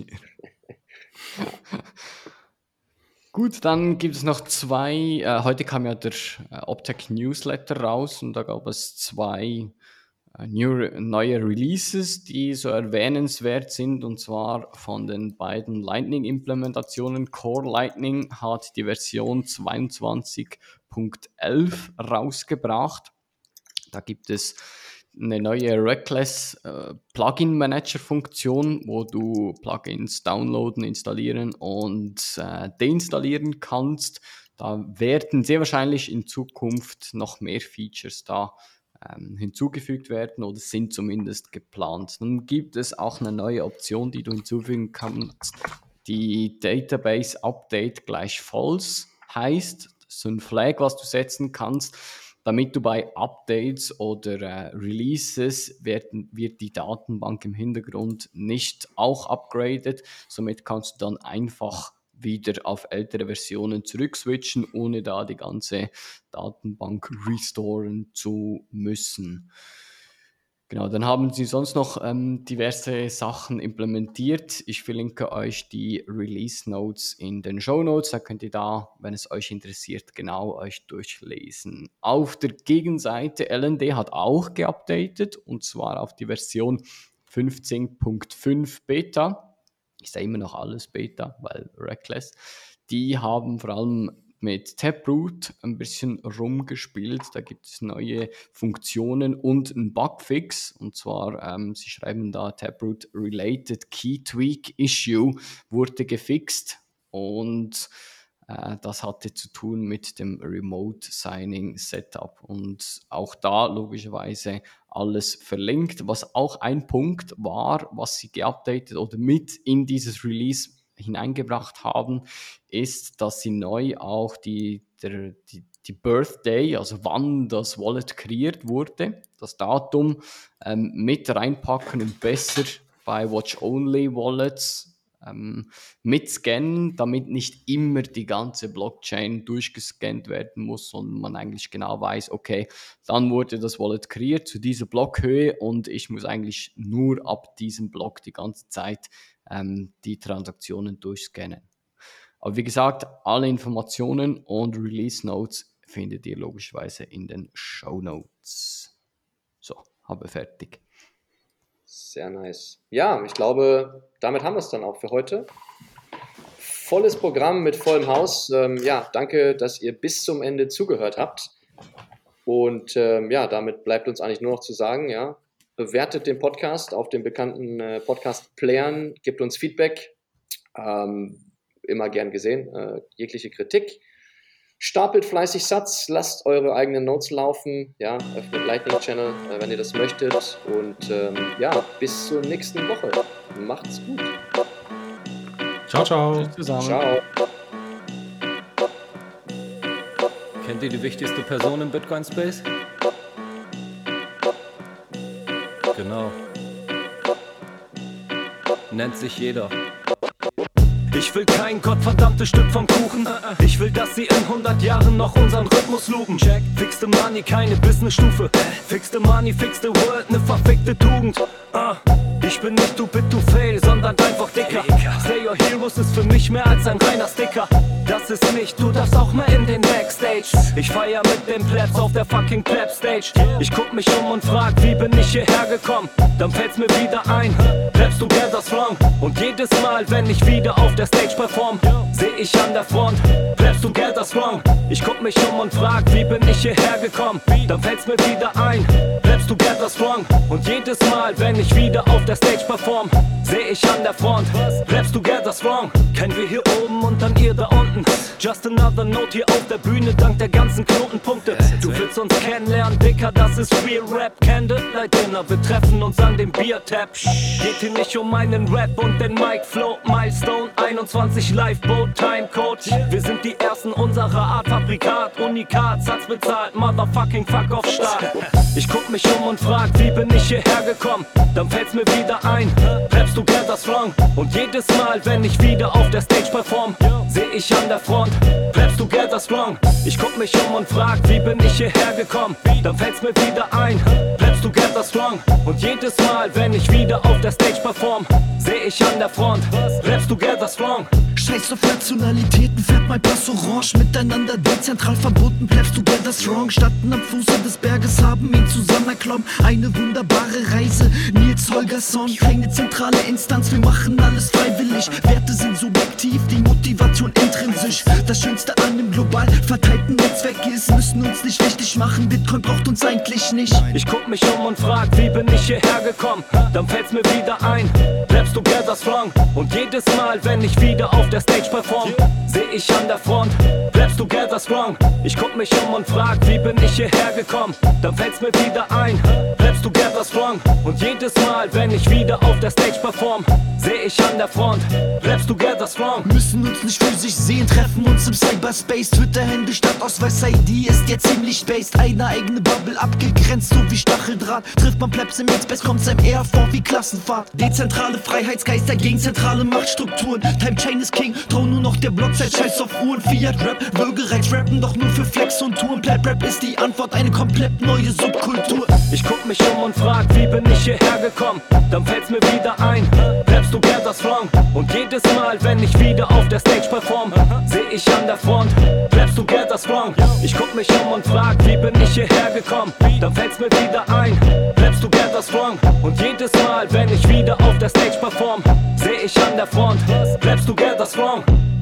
Gut, dann gibt es noch zwei. Heute kam ja der Optech Newsletter raus und da gab es zwei neue Releases, die so erwähnenswert sind, und zwar von den beiden Lightning-Implementationen. Core Lightning hat die Version 22.11 rausgebracht. Da gibt es eine neue Reckless Plugin Manager Funktion, wo du Plugins downloaden, installieren und deinstallieren kannst. Da werden sehr wahrscheinlich in Zukunft noch mehr Features da hinzugefügt werden oder sind zumindest geplant. Dann gibt es auch eine neue Option, die du hinzufügen kannst, die Database Update gleich false heißt. Das ist so ein Flag, was du setzen kannst, damit du bei Updates oder Releases wird die Datenbank im Hintergrund nicht auch upgradet. Somit kannst du dann einfach wieder auf ältere Versionen zurückswitchen, ohne da die ganze Datenbank restoren zu müssen. Genau, dann haben sie sonst noch diverse Sachen implementiert. Ich verlinke euch die Release Notes in den Show Notes. Da könnt ihr da, wenn es euch interessiert, genau euch durchlesen. Auf der Gegenseite, LND hat auch geupdatet, und zwar auf die Version 15.5 Beta. Ist ja immer noch alles Beta, weil Reckless. Die haben vor allem mit Taproot ein bisschen rumgespielt. Da gibt es neue Funktionen und einen Bugfix. Und zwar, sie schreiben da, Taproot Related Key Tweak Issue wurde gefixt. Und das hatte zu tun mit dem Remote Signing Setup. Und auch da logischerweise alles verlinkt. Was auch ein Punkt war, was sie geupdatet oder mit in dieses Release hineingebracht haben, ist, dass sie neu auch die Birthday, also wann das Wallet kreiert wurde, das Datum mit reinpacken und besser bei Watch-Only-Wallets mitscannen, damit nicht immer die ganze Blockchain durchgescannt werden muss, sondern man eigentlich genau weiß, okay, dann wurde das Wallet kreiert zu dieser Blockhöhe und ich muss eigentlich nur ab diesem Block die ganze Zeit die Transaktionen durchscannen. Aber wie gesagt, alle Informationen und Release Notes findet ihr logischerweise in den Show Notes. So, habe fertig. Sehr nice. Ja, ich glaube, damit haben wir es dann auch für heute. Volles Programm mit vollem Haus. Danke, dass ihr bis zum Ende zugehört habt. Und damit bleibt uns eigentlich nur noch zu sagen, ja, bewertet den Podcast auf den bekannten Podcast-Playern, gebt uns Feedback, immer gern gesehen, jegliche Kritik. Stapelt fleißig Satz, lasst eure eigenen Notes laufen, ja, öffnet Lightning Channel, wenn ihr das möchtet. Und bis zur nächsten Woche. Macht's gut. Ciao, ciao. Tschüss zusammen. Ciao. Kennt ihr die wichtigste Person im Bitcoin Space? Genau. Nennt sich jeder. Ich will kein gottverdammtes Stück vom Kuchen. Ich will, dass sie in 100 Jahren noch unseren Rhythmus lupen. Check, fix the money, keine Businessstufe. Fix the money, fix the world, ne verfickte Tugend. Ich bin nicht too bit to fail, sondern einfach dicker. Slay Your Heroes ist für mich mehr als ein reiner Sticker. Das ist nicht, du darfst auch mal in den Backstage. Ich feier mit den Plebs auf der fucking Pleb Stage. Ich guck mich um und frag, wie bin ich hierher gekommen? Dann fällt's mir wieder ein, Plebs together strong. Und jedes Mal, wenn ich wieder auf der Stage perform, seh ich an der Front, Plebs together strong. Ich guck mich um und frag, wie bin ich hierher gekommen? Dann fällt's mir wieder ein, Plebs together strong. Und jedes Mal, wenn ich wieder auf der Stage perform, seh ich an der Front, Plebs together strong. Kennen wir hier oben und dann ihr da unten. Just another note hier auf der Bühne, dank der ganzen Knotenpunkte. Du willst uns kennenlernen, Dicker, das ist Real Rap. Candlelight Dinner, wir treffen uns an dem Biertap. Geht hier nicht um meinen Rap und den Mic Flow. Milestone 21 Lifeboat Timecode. Wir sind die ersten unserer Art, Fabrikat, Unikat, Satz bezahlt, motherfucking fuck off Start. Ich guck mich um und frag, wie bin ich hierher gekommen? Dann fällt's mir wieder ein, Plebs together strong. Und jedes Mal, wenn ich wieder auf der Stage perform, seh ich an der Front, Plebs together strong. Ich guck mich um und frag, wie bin ich hierher gekommen? Dann fällt's mir wieder ein, Plebs together strong. Und jedes Mal, wenn ich wieder auf der Stage perform, seh ich an der Front, Plebs together strong. Scheiß auf Nationalitäten, fährt mein Pass orange. Miteinander dezentral verbunden, Plebs together strong. Standen am Fuße des Berges, haben ihn zusammen erklommen. Eine wunderbare Reise, Nils Holgersson. Keine zentrale Instanz, wir machen alles freiwillig. Werte sind subjektiv, die Motivation intrinsisch. Das Schönste an dem global verteilten Netzwerk ist, müssen uns nicht wichtig machen, Bitcoin braucht uns eigentlich nicht. Ich guck mich um und frag, wie bin ich hierher gekommen? Dann fällt's mir wieder ein, Plebs together strong. Und jedes Mal, wenn ich wieder auf der Stage perform, seh ich an der Front, Plebs together strong. Ich guck mich um und frag, wie bin ich hierher gekommen? Dann fällt's mir wieder ein, Plebs together strong. Und jedes Mal, wenn ich wieder auf der Stage perform, seh ich an der Front, Plebs together strong. Müssen uns nicht physisch sehen, treffen uns im Cyberspace. Twitter-Hände statt Ausweis-ID ist jetzt ziemlich based. Eine eigene Bubble abgegrenzt, so wie Stacheldraht. Trifft man Plebs im X-Base, kommt's einem eher vor wie Klassenfahrt. Dezentrale Freiheitsgeister gegen zentrale Machtstrukturen. Time Chain ist King, trau nur noch der Blockzeit, scheiß auf Uhren. Fiat-Rap, Bürgerrechts rappen doch nur für Flex und Touren. Pleb-Rap ist die Antwort, eine komplett neue Subkultur. Ich guck mich um und frag, wie bin ich hierher gekommen? Dann fällt's mir wieder ein, Plebs together strong. Und jedes Mal, wenn ich wieder auf der Stage perform, seh ich an der Front, Plebs together strong. Ich guck mich um und frag, wie bin ich hierher gekommen? Dann fällt's mir wieder ein, Plebs together strong. Und jedes Mal, wenn ich wieder auf der Stage perform, seh ich an der Front, Plebs together strong.